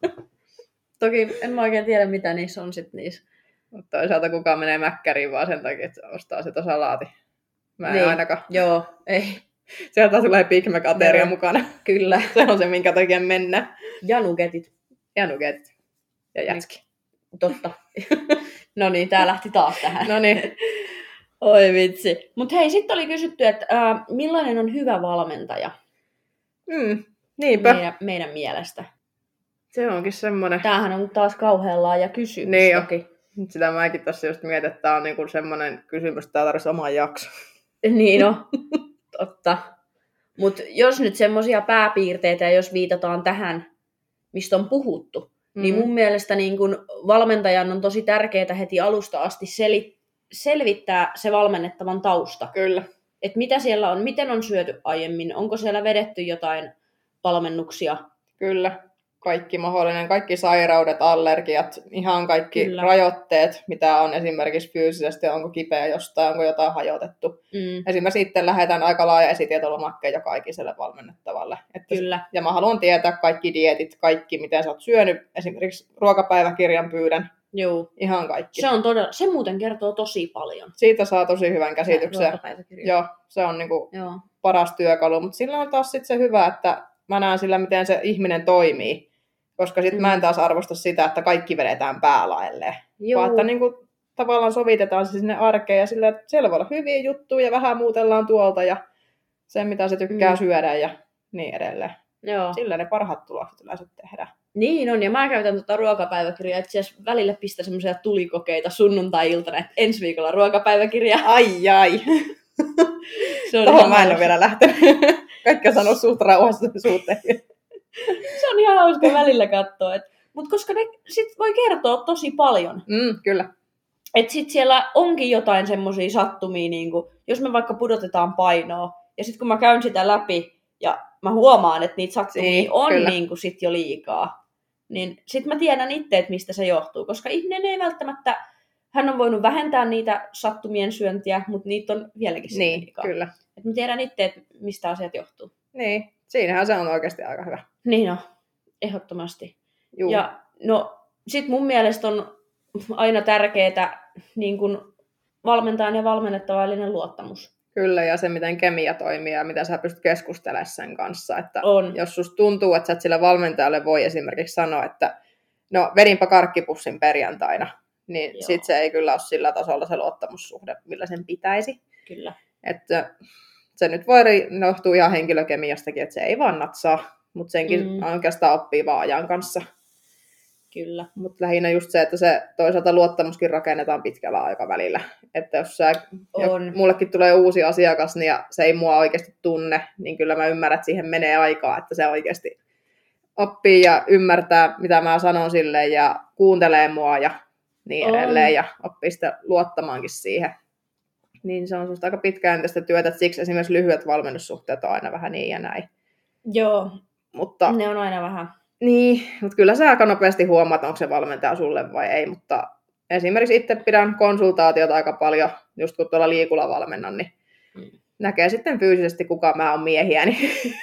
Speaker 2: Toki en mä oikein tiedä, mitä niissä on sit niissä.
Speaker 1: Mutta toisaalta kukaan menee mäkkäriin vaan sen takia, että ostaa sitä salaati. Mä en
Speaker 2: niin.
Speaker 1: ainakaan.
Speaker 2: Joo, ei.
Speaker 1: Sieltä tulee Big Mac-ateria mukana.
Speaker 2: Kyllä.
Speaker 1: Se on se, minkä takia mennään.
Speaker 2: Ja nugetit.
Speaker 1: Ja nugetit. Ja jätski.
Speaker 2: Niin. Totta. No niin, tää lähti taas tähän.
Speaker 1: No niin.
Speaker 2: Oi vitsi. Mut hei, sitten oli kysytty, että äh, millainen on hyvä valmentaja?
Speaker 1: Mm, niinpä.
Speaker 2: Meidän, meidän mielestä.
Speaker 1: Se onkin semmoinen.
Speaker 2: Tämähän on taas kauhean laaja kysymys.
Speaker 1: Niin
Speaker 2: toki.
Speaker 1: Sitä mäkin tässä just mietin, että tämä on niinku semmoinen kysymys, että tämä tarvitsisi oman jakson.
Speaker 2: Niin no, totta. Mutta jos nyt semmoisia pääpiirteitä, jos viitataan tähän, mistä on puhuttu, mm-hmm. niin mun mielestä niin kun valmentajan on tosi tärkeää heti alusta asti sel- selvittää se valmennettavan tausta.
Speaker 1: Kyllä.
Speaker 2: Että mitä siellä on, miten on syöty aiemmin, onko siellä vedetty jotain valmennuksia.
Speaker 1: Kyllä. Kaikki mahdollinen, kaikki sairaudet, allergiat, ihan kaikki Kyllä. rajoitteet, mitä on esimerkiksi fyysisesti, onko kipeä jostain, onko jotain hajotettu. Mm. Esimerkiksi itse lähetän aika laaja esitietolomakkeen joka ikiselle valmennettavalle. Että
Speaker 2: Kyllä.
Speaker 1: Ja mä haluan tietää kaikki dieetit, kaikki miten sä oot syönyt, esimerkiksi ruokapäiväkirjan pyydän.
Speaker 2: Joo.
Speaker 1: Ihan kaikki.
Speaker 2: Se, on todella, se muuten kertoo tosi paljon.
Speaker 1: Siitä saa tosi hyvän käsityksen. Joo, se on niinku Joo. paras työkalu, mutta sillä on taas sit se hyvä, että mä näen sillä, miten se ihminen toimii. Koska sitten mm. mä en taas arvosta sitä, että kaikki vedetään päälaelleen. Vaan että niinku, tavallaan sovitetaan se sinne arkeen ja sillä, että siellä voi olla hyviä juttuja ja vähän muutellaan tuolta ja se, mitä se tykkää mm. syödä ja niin edelleen. Joo. Sillä ne parhaat tulokset yleensä tehdään.
Speaker 2: Niin on, ja mä käytän tuota ruokapäiväkirjaa. Itse asiassa välillä pistän semmoisia tulikokeita sunnuntai-iltana, että ensi viikolla ruokapäiväkirja.
Speaker 1: Ai ai. Tuohon mä en ole vielä lähtenyt. Kaikki on sanonut suht rauhassa suuteen.
Speaker 2: Se on ihan hauska välillä katsoa. Mutta koska ne sit voi kertoa tosi paljon.
Speaker 1: Mm, kyllä.
Speaker 2: Että sit siellä onkin jotain semmosia sattumia, niinku, jos me vaikka pudotetaan painoa, Ja sitten kun mä käyn sitä läpi ja mä huomaan, että niitä sattumia
Speaker 1: niin,
Speaker 2: on niin kuin sit jo liikaa, niin sitten mä tiedän itse, että mistä se johtuu. Koska ihminen ei välttämättä, hän on voinut vähentää niitä sattumien syöntiä, mutta niitä on vieläkin
Speaker 1: niin,
Speaker 2: liikaa.
Speaker 1: Kyllä.
Speaker 2: Et mä tiedän itse, että mistä asiat johtuu.
Speaker 1: Niin, siinähän se on oikeasti aika hyvä.
Speaker 2: Niin on, ehdottomasti.
Speaker 1: Juu.
Speaker 2: Ja no, sit mun mielestä on aina tärkeää niin kun valmentajan ja valmennettavan välinen luottamus.
Speaker 1: Kyllä, ja se, miten kemia toimii ja mitä sä pystyt keskustelemaan sen kanssa. Että
Speaker 2: on.
Speaker 1: Jos susta tuntuu, että sä et sille valmentajalle voi esimerkiksi sanoa, että no vedinpä karkkipussin perjantaina, niin Joo. sit se ei kyllä ole sillä tasolla se luottamussuhde, millä sen pitäisi.
Speaker 2: Kyllä.
Speaker 1: Että se nyt voi johtua ihan henkilökemiastakin, että se ei vaan natsaa, mutta senkin mm. oikeastaan oppii vaan ajan kanssa.
Speaker 2: Kyllä.
Speaker 1: Mutta lähinnä just se, että se toisaalta luottamuskin rakennetaan pitkällä aikavälillä. Että jos sä, mullekin tulee uusi asiakas niin ja se ei mua oikeasti tunne, niin kyllä mä ymmärrän, että siihen menee aikaa, että se oikeasti oppii ja ymmärtää, mitä mä sanon silleen ja kuuntelee mua ja niin
Speaker 2: on.
Speaker 1: edelleen ja oppii sitten luottamaankin siihen. Niin se on susta aika pitkäjänteistä työtä, että siksi esimerkiksi lyhyet valmennussuhteet on aina vähän niin ja näin.
Speaker 2: Joo,
Speaker 1: mutta
Speaker 2: ne on aina vähän.
Speaker 1: Niin, mutta kyllä sä aika nopeasti huomaat, onko se valmentaja sulle vai ei, mutta esimerkiksi itse pidän konsultaatiota aika paljon, just kun tuolla liikulla valmennan, niin mm. näkee sitten fyysisesti, kuka mä oon miehiäni.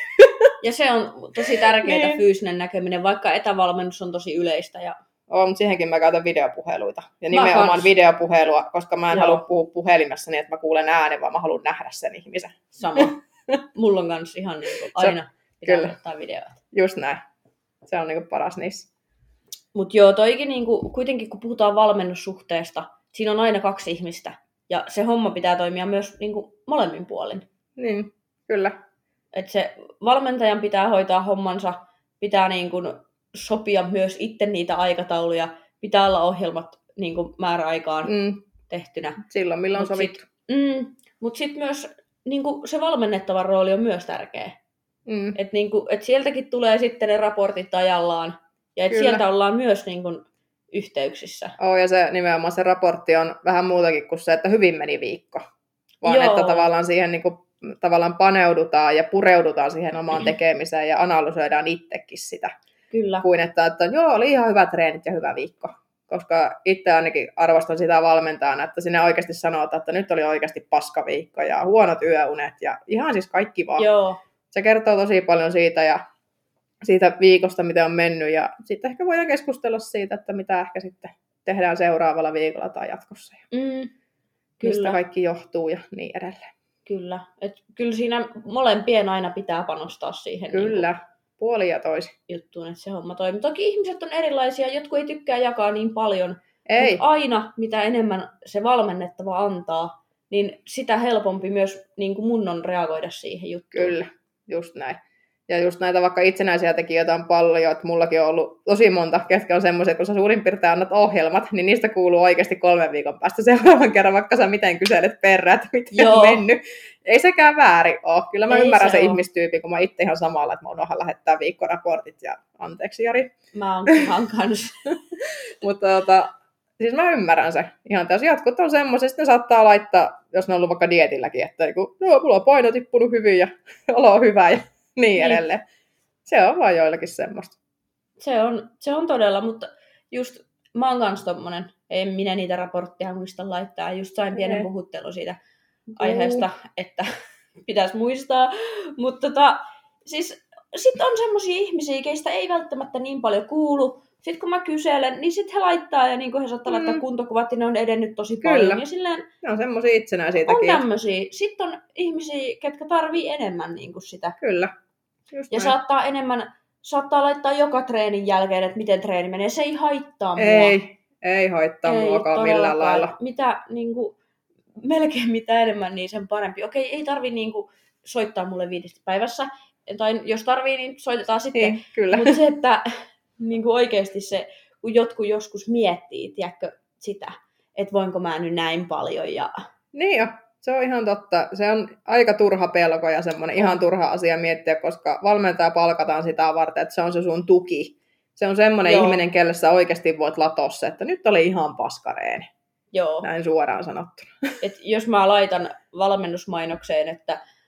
Speaker 2: Ja se on tosi tärkeää niin. Fyysinen näkeminen, vaikka etävalmennus on tosi yleistä. Ja...
Speaker 1: On, mutta siihenkin mä käytän videopuheluita. Ja nimenomaan kans. videopuhelua, koska mä en Joo. halua puhua puhelimessa niin, että mä kuulen äänen, vaan mä haluan nähdä sen ihmisen.
Speaker 2: Sama. Mulla on kans ihan niin kuin aina pitää ottaa videoita.
Speaker 1: Just näin. Se on niinku paras niissä.
Speaker 2: Mutta joo, toikin niinku, kuitenkin kun puhutaan valmennussuhteesta, siinä on aina kaksi ihmistä. Ja se homma pitää toimia myös niinku molemmin puolin.
Speaker 1: Niin, kyllä.
Speaker 2: Et se valmentajan pitää hoitaa hommansa, pitää niinku sopia myös itse niitä aikatauluja, pitää olla ohjelmat niinku määräaikaan mm. tehtynä.
Speaker 1: Silloin milloin on sovittu.
Speaker 2: Mm, Mutta sitten myös niinku se valmennettavan rooli on myös tärkeä. Mm. Että niinku, et sieltäkin tulee sitten ne raportit ajallaan. Ja että sieltä ollaan myös niinku yhteyksissä.
Speaker 1: Oo, ja se nimenomaan se raportti on vähän muutakin kuin se, että hyvin meni viikko. Vaan Joo. että tavallaan siihen niinku, tavallaan paneudutaan ja pureudutaan siihen omaan tekemiseen ja analysoidaan itsekin sitä.
Speaker 2: Kyllä.
Speaker 1: Kuin että, että joo, oli ihan hyvät treenit ja hyvä viikko. Koska itse ainakin arvostan sitä valmentajana, että sinne oikeasti sanotaan, että nyt oli oikeasti paskaviikko ja huonot yöunet ja ihan siis kaikki vaan.
Speaker 2: Joo.
Speaker 1: Se kertoo tosi paljon siitä ja siitä viikosta, mitä on mennyt, ja sitten ehkä voidaan keskustella siitä, että mitä ehkä sitten tehdään seuraavalla viikolla tai jatkossa. Ja
Speaker 2: mm,
Speaker 1: mistä kaikki johtuu ja niin edelleen.
Speaker 2: Kyllä. Et kyllä siinä molempien aina pitää panostaa siihen.
Speaker 1: Kyllä, niin puoli ja toisi.
Speaker 2: Juttuun, että se homma toimii. Toki ihmiset on erilaisia, jotkut ei tykkää jakaa niin paljon,
Speaker 1: ei.
Speaker 2: Mutta aina, mitä enemmän se valmennettava antaa, niin sitä helpompi myös niin kuin mun on reagoida siihen juttuun.
Speaker 1: Kyllä. Just näin. Ja just näitä vaikka itsenäisiä tekijöitä on paljon, että mullakin on ollut tosi monta, ketkä on semmoisia, kun sä suurin piirtein annat ohjelmat, niin niistä kuuluu oikeasti kolmen viikon päästä seuraavan kerran, vaikka sä miten kyselet perään, että miten Joo. on mennyt. Ei sekään väärin ole. Kyllä mä Ei ymmärrän se, se ihmistyyppi, kun mä itse ihan samalla, että mä unohan lähettää viikkoraportit ja anteeksi Jari.
Speaker 2: Mä oon ihan kanssa.
Speaker 1: Mutta tota, siis mä ymmärrän se. Ihan tässä jotkut on semmoisia, että ne saattaa laittaa, jos ne on ollut vaikka dietilläkin, että no, mulla on paino tippunut hyvin ja olo on hyvä ja niin edelleen. Se on vaan joillakin semmoista.
Speaker 2: Se on, se on todella, mutta just mä oon kans tommonen, en minä niitä raportteja muista laittaa. Just sain pienen okay. puhuttelun siitä aiheesta, mm. että pitäisi muistaa. Mutta tota, siis sit on semmosia ihmisiä, keistä ei välttämättä niin paljon kuulu. Sitten kun mä kyselen, niin sitten he laittaa ja niin he saattaa mm. laittaa kuntokuvat ja ne on edennyt tosi
Speaker 1: Kyllä.
Speaker 2: paljon. Ja silleen,
Speaker 1: ne on semmosia itsenäisiä
Speaker 2: tekijöitä. On tämmösiä. Sitten on ihmisiä, ketkä tarvii enemmän niin kuin sitä.
Speaker 1: Kyllä.
Speaker 2: Just ja näin. saattaa enemmän, saattaa laittaa joka treenin jälkeen, että miten treeni menee. Se ei haittaa mua.
Speaker 1: Ei, ei haittaa ei muakaan millään lailla.
Speaker 2: Mitä, niin kuin, melkein mitä enemmän, niin sen parempi. Okei, ei tarvi niin kuin, soittaa mulle viidesti päivässä. Tai jos tarvii, niin soitetaan sitten.
Speaker 1: Niin, kyllä.
Speaker 2: Mutta se, että niin kuin oikeasti se, kun jotkut joskus miettii, tiedätkö, sitä, että voinko mä nyt näin paljon. Ja...
Speaker 1: Niin jo, se on ihan totta. Se on aika turha pelko ja semmoinen ihan turha asia miettiä, koska valmentaja palkataan sitä varten, että se on se sun tuki. Se on semmoinen Joo. ihminen, kelle sä oikeasti voit latossa, että nyt oli ihan paskareeni.
Speaker 2: Joo.
Speaker 1: Näin suoraan sanottuna.
Speaker 2: Et jos mä laitan valmennusmainokseen, että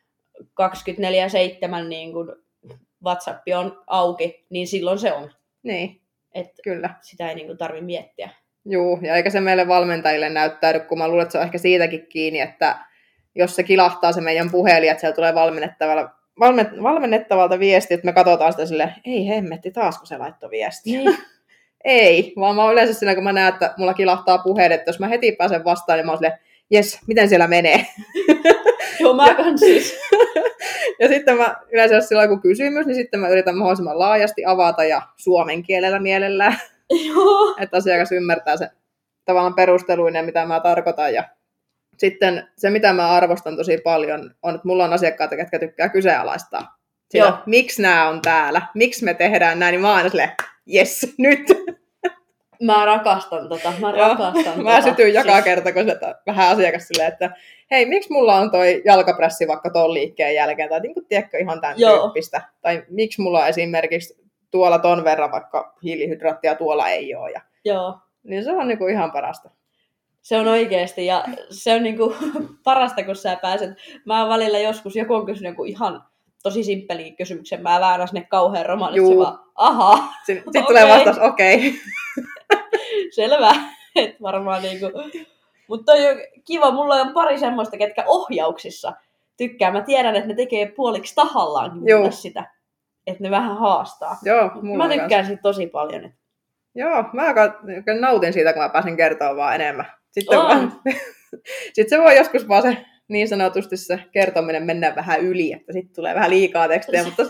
Speaker 2: kaksikymmentäneljä seitsemän niin kun WhatsApp on auki, niin silloin se on.
Speaker 1: Niin,
Speaker 2: et
Speaker 1: kyllä.
Speaker 2: Sitä ei niin tarvitse miettiä.
Speaker 1: Juu, ja eikä se meille valmentajille näyttäydy, kun mä luulen, että se on ehkä siitäkin kiinni, että jos se kilahtaa se meidän puhelin, että siellä tulee valmennettavalta, valmennettavalta viesti, että me katsotaan sitä silleen, ei hemmetti, taasko se laittoi viestiä. Niin. Ei, vaan mä oon yleensä siinä, kun mä näen, että mulla kilahtaa puhelin, että jos mä heti pääsen vastaan, niin mä oon silleen, jes, miten siellä menee?
Speaker 2: Joo, mä kans siis.
Speaker 1: Ja sitten mä yleensä, jos sillä on joku kysymys, niin sitten mä yritän mahdollisimman laajasti avata ja suomen kielellä mielellään.
Speaker 2: Joo.
Speaker 1: Että asiakas ymmärtää sen tavallaan perusteluinen, mitä mä tarkoitan. Ja sitten se, mitä mä arvostan tosi paljon, on, että mulla on asiakkaita, jotka tykkää kyseenalaistaa. Sitä, miksi nämä on täällä, miksi me tehdään näin, niin mä oon aina silleen, jes, nyt.
Speaker 2: Mä rakastan tota, mä rakastan tota.
Speaker 1: Mä sytyin joka siis... kerta, kun se vähän asiakas silleen, että hei, miksi mulla on toi jalkapressi vaikka ton liikkeen jälkeen, tai niin kuin, tiedätkö, ihan tämän Joo. tyyppistä. Tai miksi mulla on esimerkiksi tuolla ton verran vaikka hiilihydraattia, tuolla ei ole. Ja...
Speaker 2: Joo.
Speaker 1: Niin se on niin kuin ihan parasta.
Speaker 2: Se on oikeasti, ja se on niin kuin parasta, kun sä pääset. Mä oon välillä joskus, joku on kysynyt joku ihan tosi simppeliä kysymyksen, mä väärän sinne kauhean romanisesti, vaan ahaa.
Speaker 1: Sitten sit okay. Tulee vastaus, okei. Okay.
Speaker 2: Selvä, että varmaan niinku. Mutta toi on kiva, mulla on pari semmoista, ketkä ohjauksissa tykkää. Mä tiedän, että ne tekee puoliksi tahallaan sitä, että ne vähän haastaa.
Speaker 1: Joo,
Speaker 2: mä tykkään kanssa. Siitä tosi paljon. Että...
Speaker 1: Joo, mä aika nautin siitä, kun mä pääsen kertomaan vaan enemmän. Sitten, vaan... sitten se voi joskus vaan se niin sanotusti se kertominen mennä vähän yli, että sitten tulee vähän liikaa tekstiä, mutta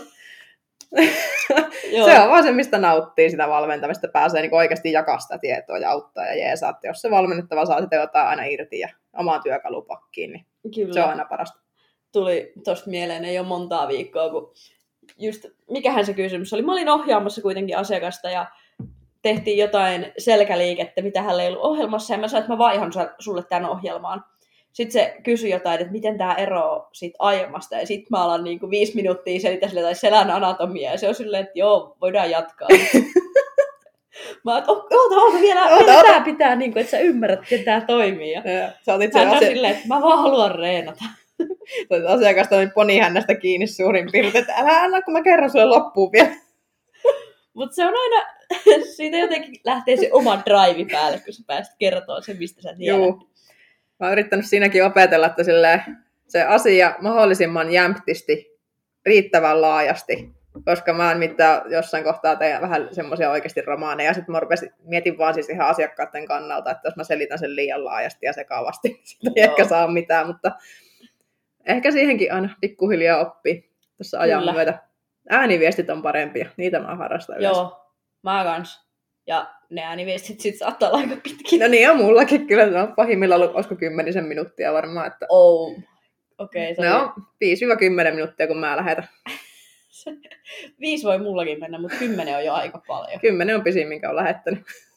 Speaker 1: se on vaan se, mistä nauttii sitä valmentamista, pääsee niin oikeasti jakaa sitä tietoa ja auttaa ja jeesaa, että jos se valmennettava saa sitä jotain aina irti ja omaan työkalupakkiin, niin Kyllä. se on aina parasta.
Speaker 2: Tuli tosta mieleen, ei ole montaa viikkoa, kun just, mikähän se kysymys oli, mä olin ohjaamassa kuitenkin asiakasta ja tehtiin jotain selkäliikettä, mitä hän ei ollut ohjelmassa, ja mä sanoin, että mä vaihan sulle tämän ohjelmaan. Sitten se kysyi jotain, että miten tämä eroaa siitä aiemmasta, ja sitten mä alan niinku viisi minuuttia selittää sille tai selän anatomia, ja se on silleen, että joo, voidaan jatkaa. Mä oon, oota, oota, vielä,
Speaker 1: oota,
Speaker 2: vielä
Speaker 1: oota.
Speaker 2: tää pitää, niinku, että sä ymmärrät, miten tää toimii. Ja
Speaker 1: sä otit
Speaker 2: hän on
Speaker 1: asia...
Speaker 2: silleen, että mä vaan haluan reenata.
Speaker 1: Sä otit asiakasta niin ponihännästä kiinni suurin piirtein, että älä anna, kun mä kerron sulle loppuun vielä.
Speaker 2: Mutta se on aina, siitä jotenkin lähtee se oma drive päälle, kun sä pääset kertoa sen, mistä sä tiedät.
Speaker 1: Juu. Mä oon yrittänyt siinäkin opetella, että se asia mahdollisimman jämptisti, riittävän laajasti, koska mä mitään jossain kohtaa teen vähän semmoisia oikeasti romaaneja, sitten mä rupesin, mietin vaan siis ihan asiakkaiden kannalta, että jos mä selitän sen liian laajasti ja sekavasti, niin siitä ei ehkä saa mitään, mutta ehkä siihenkin aina pikkuhiljaa oppii tässä ajan Kyllä. myötä. Ääniviestit on parempia, niitä mä harrastan yleensä.
Speaker 2: Joo, mä kans. Ja ne ääniviestit sit saattaa olla aika pitkin.
Speaker 1: No niin, on mullakin kyllä. Se on pahimmillaan ollut, olisiko kymmenisen minuuttia varmaan. Että...
Speaker 2: Oh, okei. Okay,
Speaker 1: ne on viisi kymmenen minuuttia, kun mä lähetän.
Speaker 2: Viisi voi mullakin mennä, mutta kymmenen on jo aika paljon.
Speaker 1: Kymmenen on pisin, minkä on lähettänyt.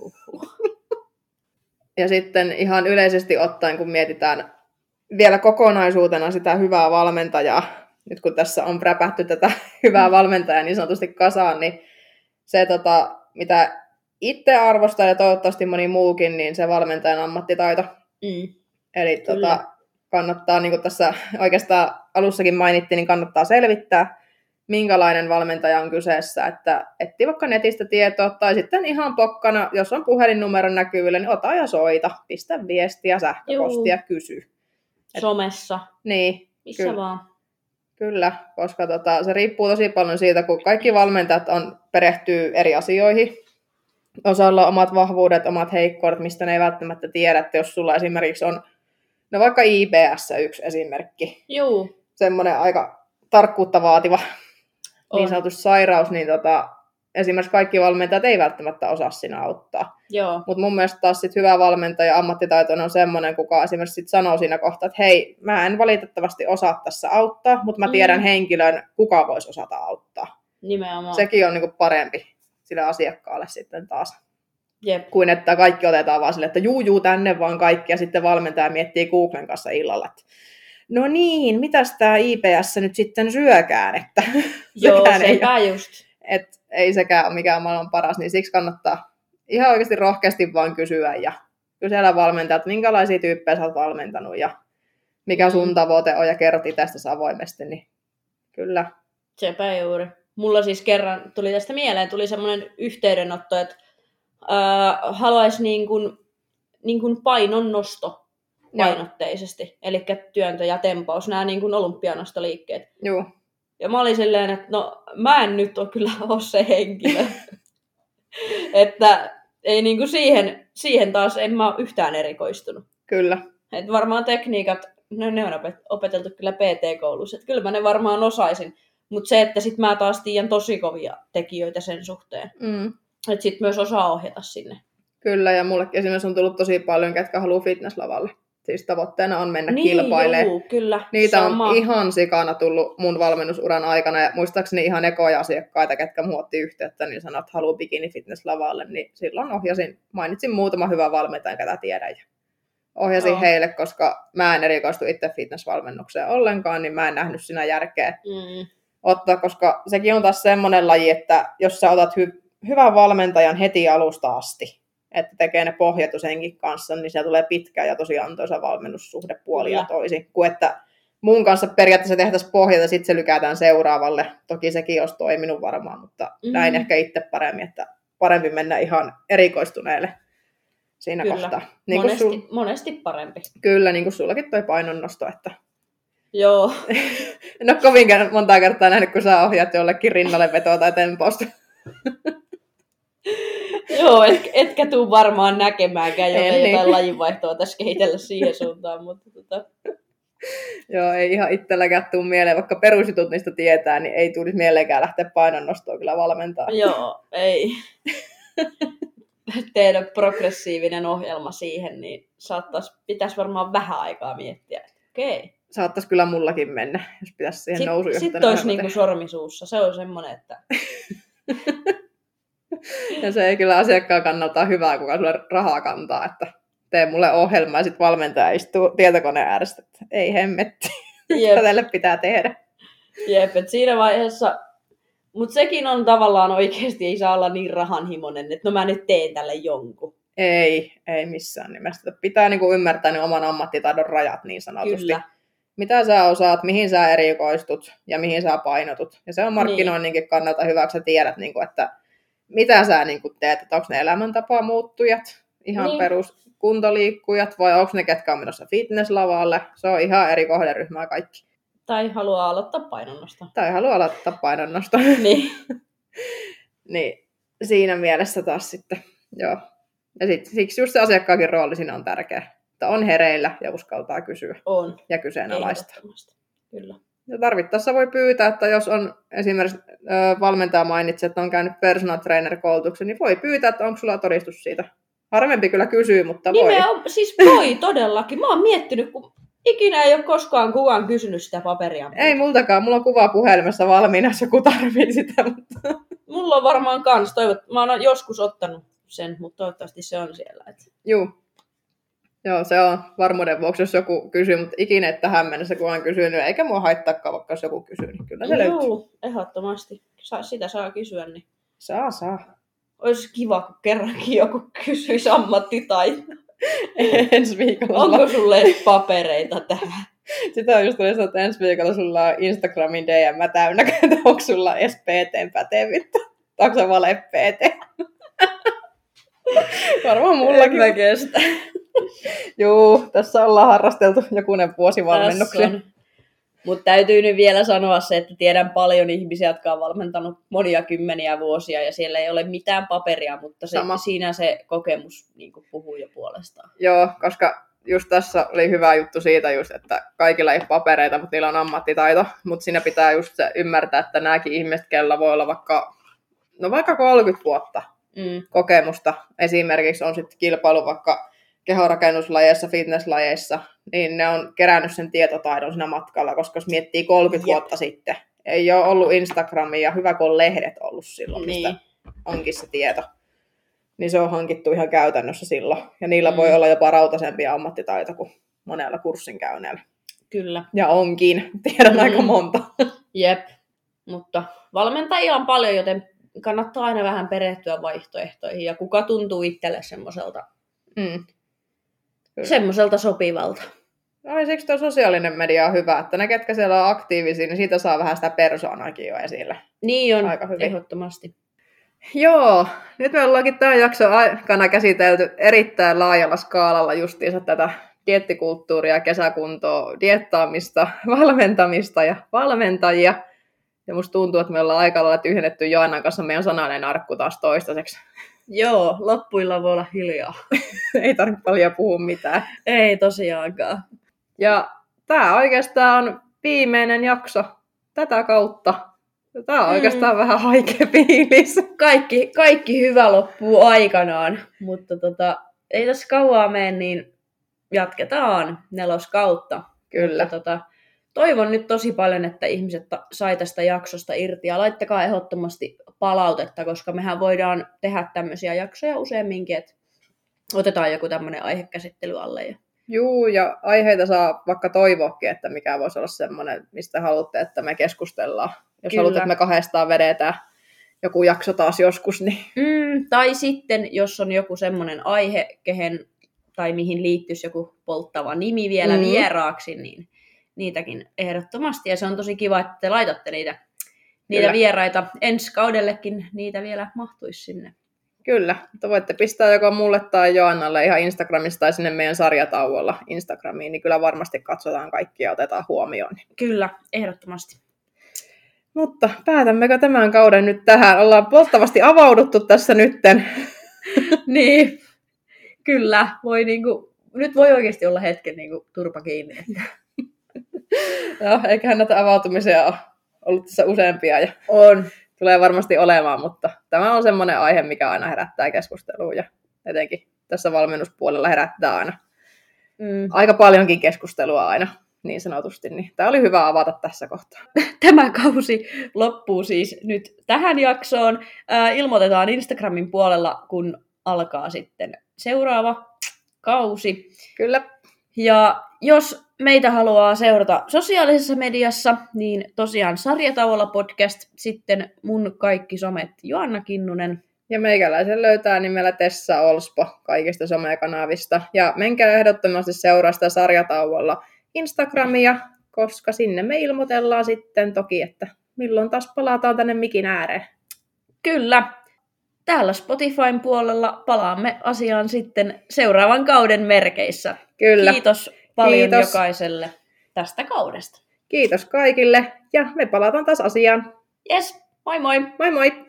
Speaker 1: Ja sitten ihan yleisesti ottaen, kun mietitään vielä kokonaisuutena sitä hyvää valmentajaa, nyt kun tässä on räpähty tätä hyvää valmentajaa niin sanotusti kasaan, niin se, tota, mitä itse arvostan ja toivottavasti moni muukin, niin se valmentajan ammattitaito. Mm. Eli tota, kannattaa, niin kuin tässä oikeastaan alussakin mainittiin, niin kannattaa selvittää, minkälainen valmentaja on kyseessä. Että etsii vaikka netistä tietoa tai sitten ihan pokkana, jos on puhelinnumero näkyvillä, niin ota ja soita, pistä viestiä, sähköpostia, kysy.
Speaker 2: Et, Somessa.
Speaker 1: Niin.
Speaker 2: Missä kyllä. vaan.
Speaker 1: Kyllä, koska tota, se riippuu tosi paljon siitä, kun kaikki valmentajat on, perehtyy eri asioihin. Osalla on omat vahvuudet, omat heikkoudet, mistä ne ei välttämättä tiedä. Että jos sulla esimerkiksi on, no vaikka I B S yksi esimerkki,
Speaker 2: Juu.
Speaker 1: semmoinen aika tarkkuutta vaativa on. Niin sanotusti sairaus, niin tota, esimerkiksi kaikki valmentajat ei välttämättä osaa siinä auttaa. Mutta mun mielestä taas sit hyvä valmentaja, ammattitaitoinen on semmoinen, kuka esimerkiksi sit sanoo siinä kohtaa, että hei, mä en valitettavasti osaa tässä auttaa, mutta mä tiedän mm. henkilön, kuka voisi osata auttaa.
Speaker 2: Nimenomaan.
Speaker 1: Sekin on niinku parempi sille asiakkaalle sitten taas.
Speaker 2: Jep.
Speaker 1: Kuin että kaikki otetaan vaan sille, että juu, juu, tänne vaan kaikki, ja sitten valmentaja miettii Googlen kanssa illalla, että no niin, mitäs tää I B S nyt sitten syökään, että
Speaker 2: joo, sepä just.
Speaker 1: Et ei sekään ole mikään maailman paras, niin siksi kannattaa ihan oikeasti rohkeasti vaan kysyä ja kysellä valmentajat, minkälaisia tyyppejä sä oot valmentanut ja mikä sun tavoite on ja kerrot itsestäsi avoimesti, niin Kyllä.
Speaker 2: Sepä juuri. Mulla siis kerran tuli tästä mieleen, tuli semmoinen yhteydenotto, että äh, haluaisi niin kuin, niin kuin painonnosto painotteisesti. Eli työntö ja tempaus, nämä niin kuin olympianostoliikkeet.
Speaker 1: Joo.
Speaker 2: Ja mä olin silleen, että no mä en nyt ole kyllä ole se henkilö. Että ei niin kuin siihen, siihen taas en mä ole yhtään erikoistunut.
Speaker 1: Kyllä.
Speaker 2: Että varmaan tekniikat, no ne on opeteltu kyllä P T-koulussa. Että kyllä mä ne varmaan osaisin. Mutta se, että sit mä taas tiedän tosi kovia tekijöitä sen suhteen. Mm. Että sit myös osaa ohjata sinne.
Speaker 1: Kyllä, ja mullekin esimerkiksi on tullut tosi paljon, ketkä haluaa fitnesslavalle. Siis tavoitteena on mennä
Speaker 2: niin,
Speaker 1: kilpailemaan.
Speaker 2: Juu, kyllä.
Speaker 1: Niitä
Speaker 2: Sama.
Speaker 1: on ihan sikana tullut mun valmennusuran aikana. Ja muistaakseni ihan ekoja asiakkaita, ketkä muotti yhteyttä, niin sanoi, että haluaa bikini-fitnesslavalle. Niin silloin ohjasin, mainitsin muutama hyvä valmentaja, ketä tiedän. Ja ohjasin no. heille, koska mä en erikoistu itse fitnessvalmennukseen ollenkaan, niin mä en nähnyt siinä järkeä mm. ottaa, koska sekin on taas semmoinen laji, että jos sä otat hy- hyvän valmentajan heti alusta asti, että tekee ne pohjatu senkin kanssa, niin siellä tulee pitkä ja tosi antoisa valmennussuhde puoli ja toisin. Kuin että mun kanssa periaatteessa tehtäisiin pohjata ja sitten se lykätään seuraavalle. Toki sekin olisi toiminut varmaan, mutta mm. näin ehkä itse paremmin, että parempi mennä ihan erikoistuneelle siinä
Speaker 2: kyllä.
Speaker 1: kohtaa. Niin
Speaker 2: monesti,
Speaker 1: sul...
Speaker 2: monesti parempi.
Speaker 1: Kyllä, niin kuin sullakin toi painonnosto, että
Speaker 2: joo.
Speaker 1: En ole kovin monta kertaa nähnyt, kun sä ohjaat jollekin rinnalle vetoa tai tempausta.
Speaker 2: Joo, et, etkä tuu varmaan näkemäänkään, jolle niin. jotain lajinvaihtoa tässä kehitellä siihen suuntaan. Mutta tota...
Speaker 1: Joo, ei ihan itselläkään tuu mieleen, vaikka perusjutut niistä tietää, niin ei tulisi mieleenkään lähteä painonnostoa kyllä valmentaa.
Speaker 2: Joo, ei. Tehdä progressiivinen ohjelma siihen, niin saattais, pitäisi varmaan vähän aikaa miettiä. Okei.
Speaker 1: Saattaisi kyllä mullakin mennä, jos pitäisi siihen
Speaker 2: Sit,
Speaker 1: nousujohtajana.
Speaker 2: Sitten olisi niinku sormisuussa. Se on semmoinen, että...
Speaker 1: Ja se ei kyllä asiakkaan kannalta ole hyvää, kuka sulle rahaa kantaa, että tee mulle ohjelma ja sitten valmentaja istuu tietokoneen ääressä, että ei hemmetti, mitä tälle pitää tehdä.
Speaker 2: Jep, että siinä vaiheessa, mutta sekin on tavallaan oikeasti, ei saa olla niin rahanhimoinen, että no mä nyt teen tälle jonkun.
Speaker 1: Ei, ei missään nimessä. Pitää niinku ymmärtää ne oman ammattitaidon rajat niin sanotusti. Kyllä. Mitä sä osaat, mihin sä erikoistut ja mihin sä painotut. Ja se on markkinoinninkin niin. kannalta hyväksi, sä tiedät, niinku, että mitä sä niinku teet, että onko ne elämäntapaa muuttujat, ihan niin. peruskuntoliikkujat, vai onko ne, ketkä on menossa fitnesslavalle. Se on ihan eri kohderyhmää kaikki.
Speaker 2: Tai haluaa aloittaa painonnosta.
Speaker 1: Tai haluaa aloittaa painonnosta.
Speaker 2: Niin.
Speaker 1: Niin, siinä mielessä taas sitten, joo. Ja sit, siksi just se asiakkaakin rooli siinä on tärkeä. Että on hereillä ja uskaltaa kysyä.
Speaker 2: On.
Speaker 1: Ja kyseenalaista.
Speaker 2: Kyllä.
Speaker 1: Ja tarvittaessa voi pyytää, että jos on esimerkiksi ö, valmentaja mainitsi, että on käynyt personal trainer koulutuksen, niin voi pyytää, että onko sulla todistus siitä. Harvempi kyllä kysyy, mutta voi.
Speaker 2: Nimenomaan, siis voi todellakin. Mä oon miettinyt, kun ikinä ei ole koskaan kukaan kysynyt sitä paperia.
Speaker 1: Ei multakaan. Mulla on kuva puhelimessa valmiina, jos joku tarvitsee sitä. Mutta...
Speaker 2: Mulla on varmaan kans. Toivot... Mä oon joskus ottanut sen, mutta toivottavasti se on siellä. Et...
Speaker 1: Juu. Joo, se on varmuuden vuoksi, jos joku kysyy, mutta ikinä et tähän mennessä, kun olen kysynyt, eikä mua haittaakaan, vaikka jos joku kysyy, niin kyllä se
Speaker 2: Joo,
Speaker 1: löytyy.
Speaker 2: Joo, ehdottomasti. Sa- sitä saa kysyä. Niin...
Speaker 1: Saa, saa.
Speaker 2: Olisi kiva, kun kerrankin joku kysyisi ammattitaitoa.
Speaker 1: Ensi viikolla.
Speaker 2: Onko sulle papereita tähän?
Speaker 1: Sitä on just tullut, että ensi viikolla sulla on Instagramin D M täynnä, että onko sulla edes P T:n pätevyyttä? Onko se vale P T? Varmaan mullakin.
Speaker 2: Mä kestä.
Speaker 1: Juu, tässä ollaan harrasteltu jokunen vuosi valmennuksia.
Speaker 2: Mutta täytyy nyt vielä sanoa se, että tiedän paljon ihmisiä, jotka on valmentanut monia kymmeniä vuosia ja siellä ei ole mitään paperia, mutta se, siinä se kokemus niin kuin puhuu jo puolestaan.
Speaker 1: Joo, koska just tässä oli hyvä juttu siitä just, että kaikilla ei ole papereita, mutta niillä on ammattitaito. Mutta siinä pitää just se ymmärtää, että nämäkin ihmiset, kellä voi olla vaikka, no vaikka kolmekymmentä vuotta mm. kokemusta. Esimerkiksi on sitten kilpailu vaikka kehorakennuslajeissa, fitnesslajeissa, niin ne on kerännyt sen tietotaidon siinä matkalla, koska jos miettii kolmekymmentä Jep. vuotta sitten, ei ole ollut Instagramia ja hyvä kun on lehdet ollut silloin, niin. mistä onkin se tieto. Niin se on hankittu ihan käytännössä silloin. Ja niillä mm. voi olla jopa rautaisempia ammattitaito kuin monella kurssin käyneellä.
Speaker 2: Kyllä.
Speaker 1: Ja onkin. Tiedän mm. aika monta.
Speaker 2: Jep. Mutta valmentajia on paljon, joten kannattaa aina vähän perehtyä vaihtoehtoihin. Ja kuka tuntuu itselle semmoiselta mm. semmoiselta sopivalta.
Speaker 1: Ai siksi tuo sosiaalinen media on hyvä, että ne ketkä siellä on aktiivisia, niin siitä saa vähän sitä persoonaakin jo esille.
Speaker 2: Niin on,
Speaker 1: aika hyvin.
Speaker 2: Ehdottomasti.
Speaker 1: Joo, nyt me ollaankin tämän jakson aikana käsitelty erittäin laajalla skaalalla justiinsa tätä diettikulttuuria, kesäkuntoa, diettaamista, valmentamista ja valmentajia. Ja musta tuntuu, että me ollaan aika lailla tyhjennetty Joannan kanssa meidän sanainen arkku taas toistaiseksi.
Speaker 2: Joo, loppuilla voi olla hiljaa.
Speaker 1: Ei tarvitse paljon puhua mitään.
Speaker 2: Ei tosiaankaan.
Speaker 1: Ja tää oikeastaan on viimeinen jakso tätä kautta. Tää on mm. oikeastaan vähän haikea fiilis.
Speaker 2: Kaikki, kaikki hyvä loppuu aikanaan, mutta tota, ei tässä kauaa mene, niin jatketaan neloskautta.
Speaker 1: Kyllä.
Speaker 2: Mutta tota, toivon nyt tosi paljon, että ihmiset sai tästä jaksosta irti ja laittakaa ehdottomasti palautetta, koska mehän voidaan tehdä tämmöisiä jaksoja useamminkin, että otetaan joku tämmöinen aihekäsittely alle. Ja...
Speaker 1: Juu, ja aiheita saa vaikka toivoakin, että mikä voisi olla semmoinen, mistä haluatte, että me keskustellaan. Jos
Speaker 2: Kyllä.
Speaker 1: haluatte, että me kahdestaan vedetään joku jakso taas joskus, niin...
Speaker 2: Mm, tai sitten, jos on joku semmoinen aihe, kehen, tai mihin liittyisi joku polttava nimi vielä mm. vieraaksi, niin niitäkin ehdottomasti. Ja se on tosi kiva, että te laitatte niitä, niitä vieraita. Ensi kaudellekin niitä vielä mahtuisi sinne.
Speaker 1: Kyllä, mutta voitte pistää joko mulle tai Joannalle ihan Instagramista tai sinne meidän sarjatauolla Instagramiin, niin kyllä varmasti katsotaan kaikki ja otetaan huomioon.
Speaker 2: Kyllä, ehdottomasti.
Speaker 1: Mutta päätämmekö tämän kauden nyt tähän? Ollaan polttavasti avauduttu tässä nytten.
Speaker 2: Niin, kyllä. Voi niinku, nyt voi oikeasti olla hetken niinku turpa kiinni.
Speaker 1: No, eiköhän näitä avautumisia ole ollut tässä useampia ja
Speaker 2: on.
Speaker 1: Tulee varmasti olemaan, mutta tämä on semmoinen aihe, mikä aina herättää keskustelua ja etenkin tässä valmennuspuolella herättää aina mm. aika paljonkin keskustelua aina. Niin sanotusti, niin tämä oli hyvä avata tässä kohtaa.
Speaker 2: Tämä kausi loppuu siis nyt tähän jaksoon. Äh, ilmoitetaan Instagramin puolella, kun alkaa sitten seuraava kausi.
Speaker 1: Kyllä.
Speaker 2: Ja jos meitä haluaa seurata sosiaalisessa mediassa, niin tosiaan Sarjatauolla podcast, sitten mun kaikki somet Joanna Kinnunen.
Speaker 1: Ja meikäläisen löytää nimellä Tessa Olspo kaikista somekanavista. Ja menkää ehdottomasti seuraa sitä Sarjatauolla Instagramia, koska sinne me ilmoitellaan sitten toki, että milloin taas palataan tänne mikin ääreen.
Speaker 2: Kyllä. Täällä Spotifyn puolella palaamme asiaan sitten seuraavan kauden merkeissä.
Speaker 1: Kyllä.
Speaker 2: Kiitos paljon
Speaker 1: Kiitos.
Speaker 2: jokaiselle tästä kaudesta.
Speaker 1: Kiitos kaikille ja me palataan taas asiaan.
Speaker 2: Yes, moi moi!
Speaker 1: Moi moi!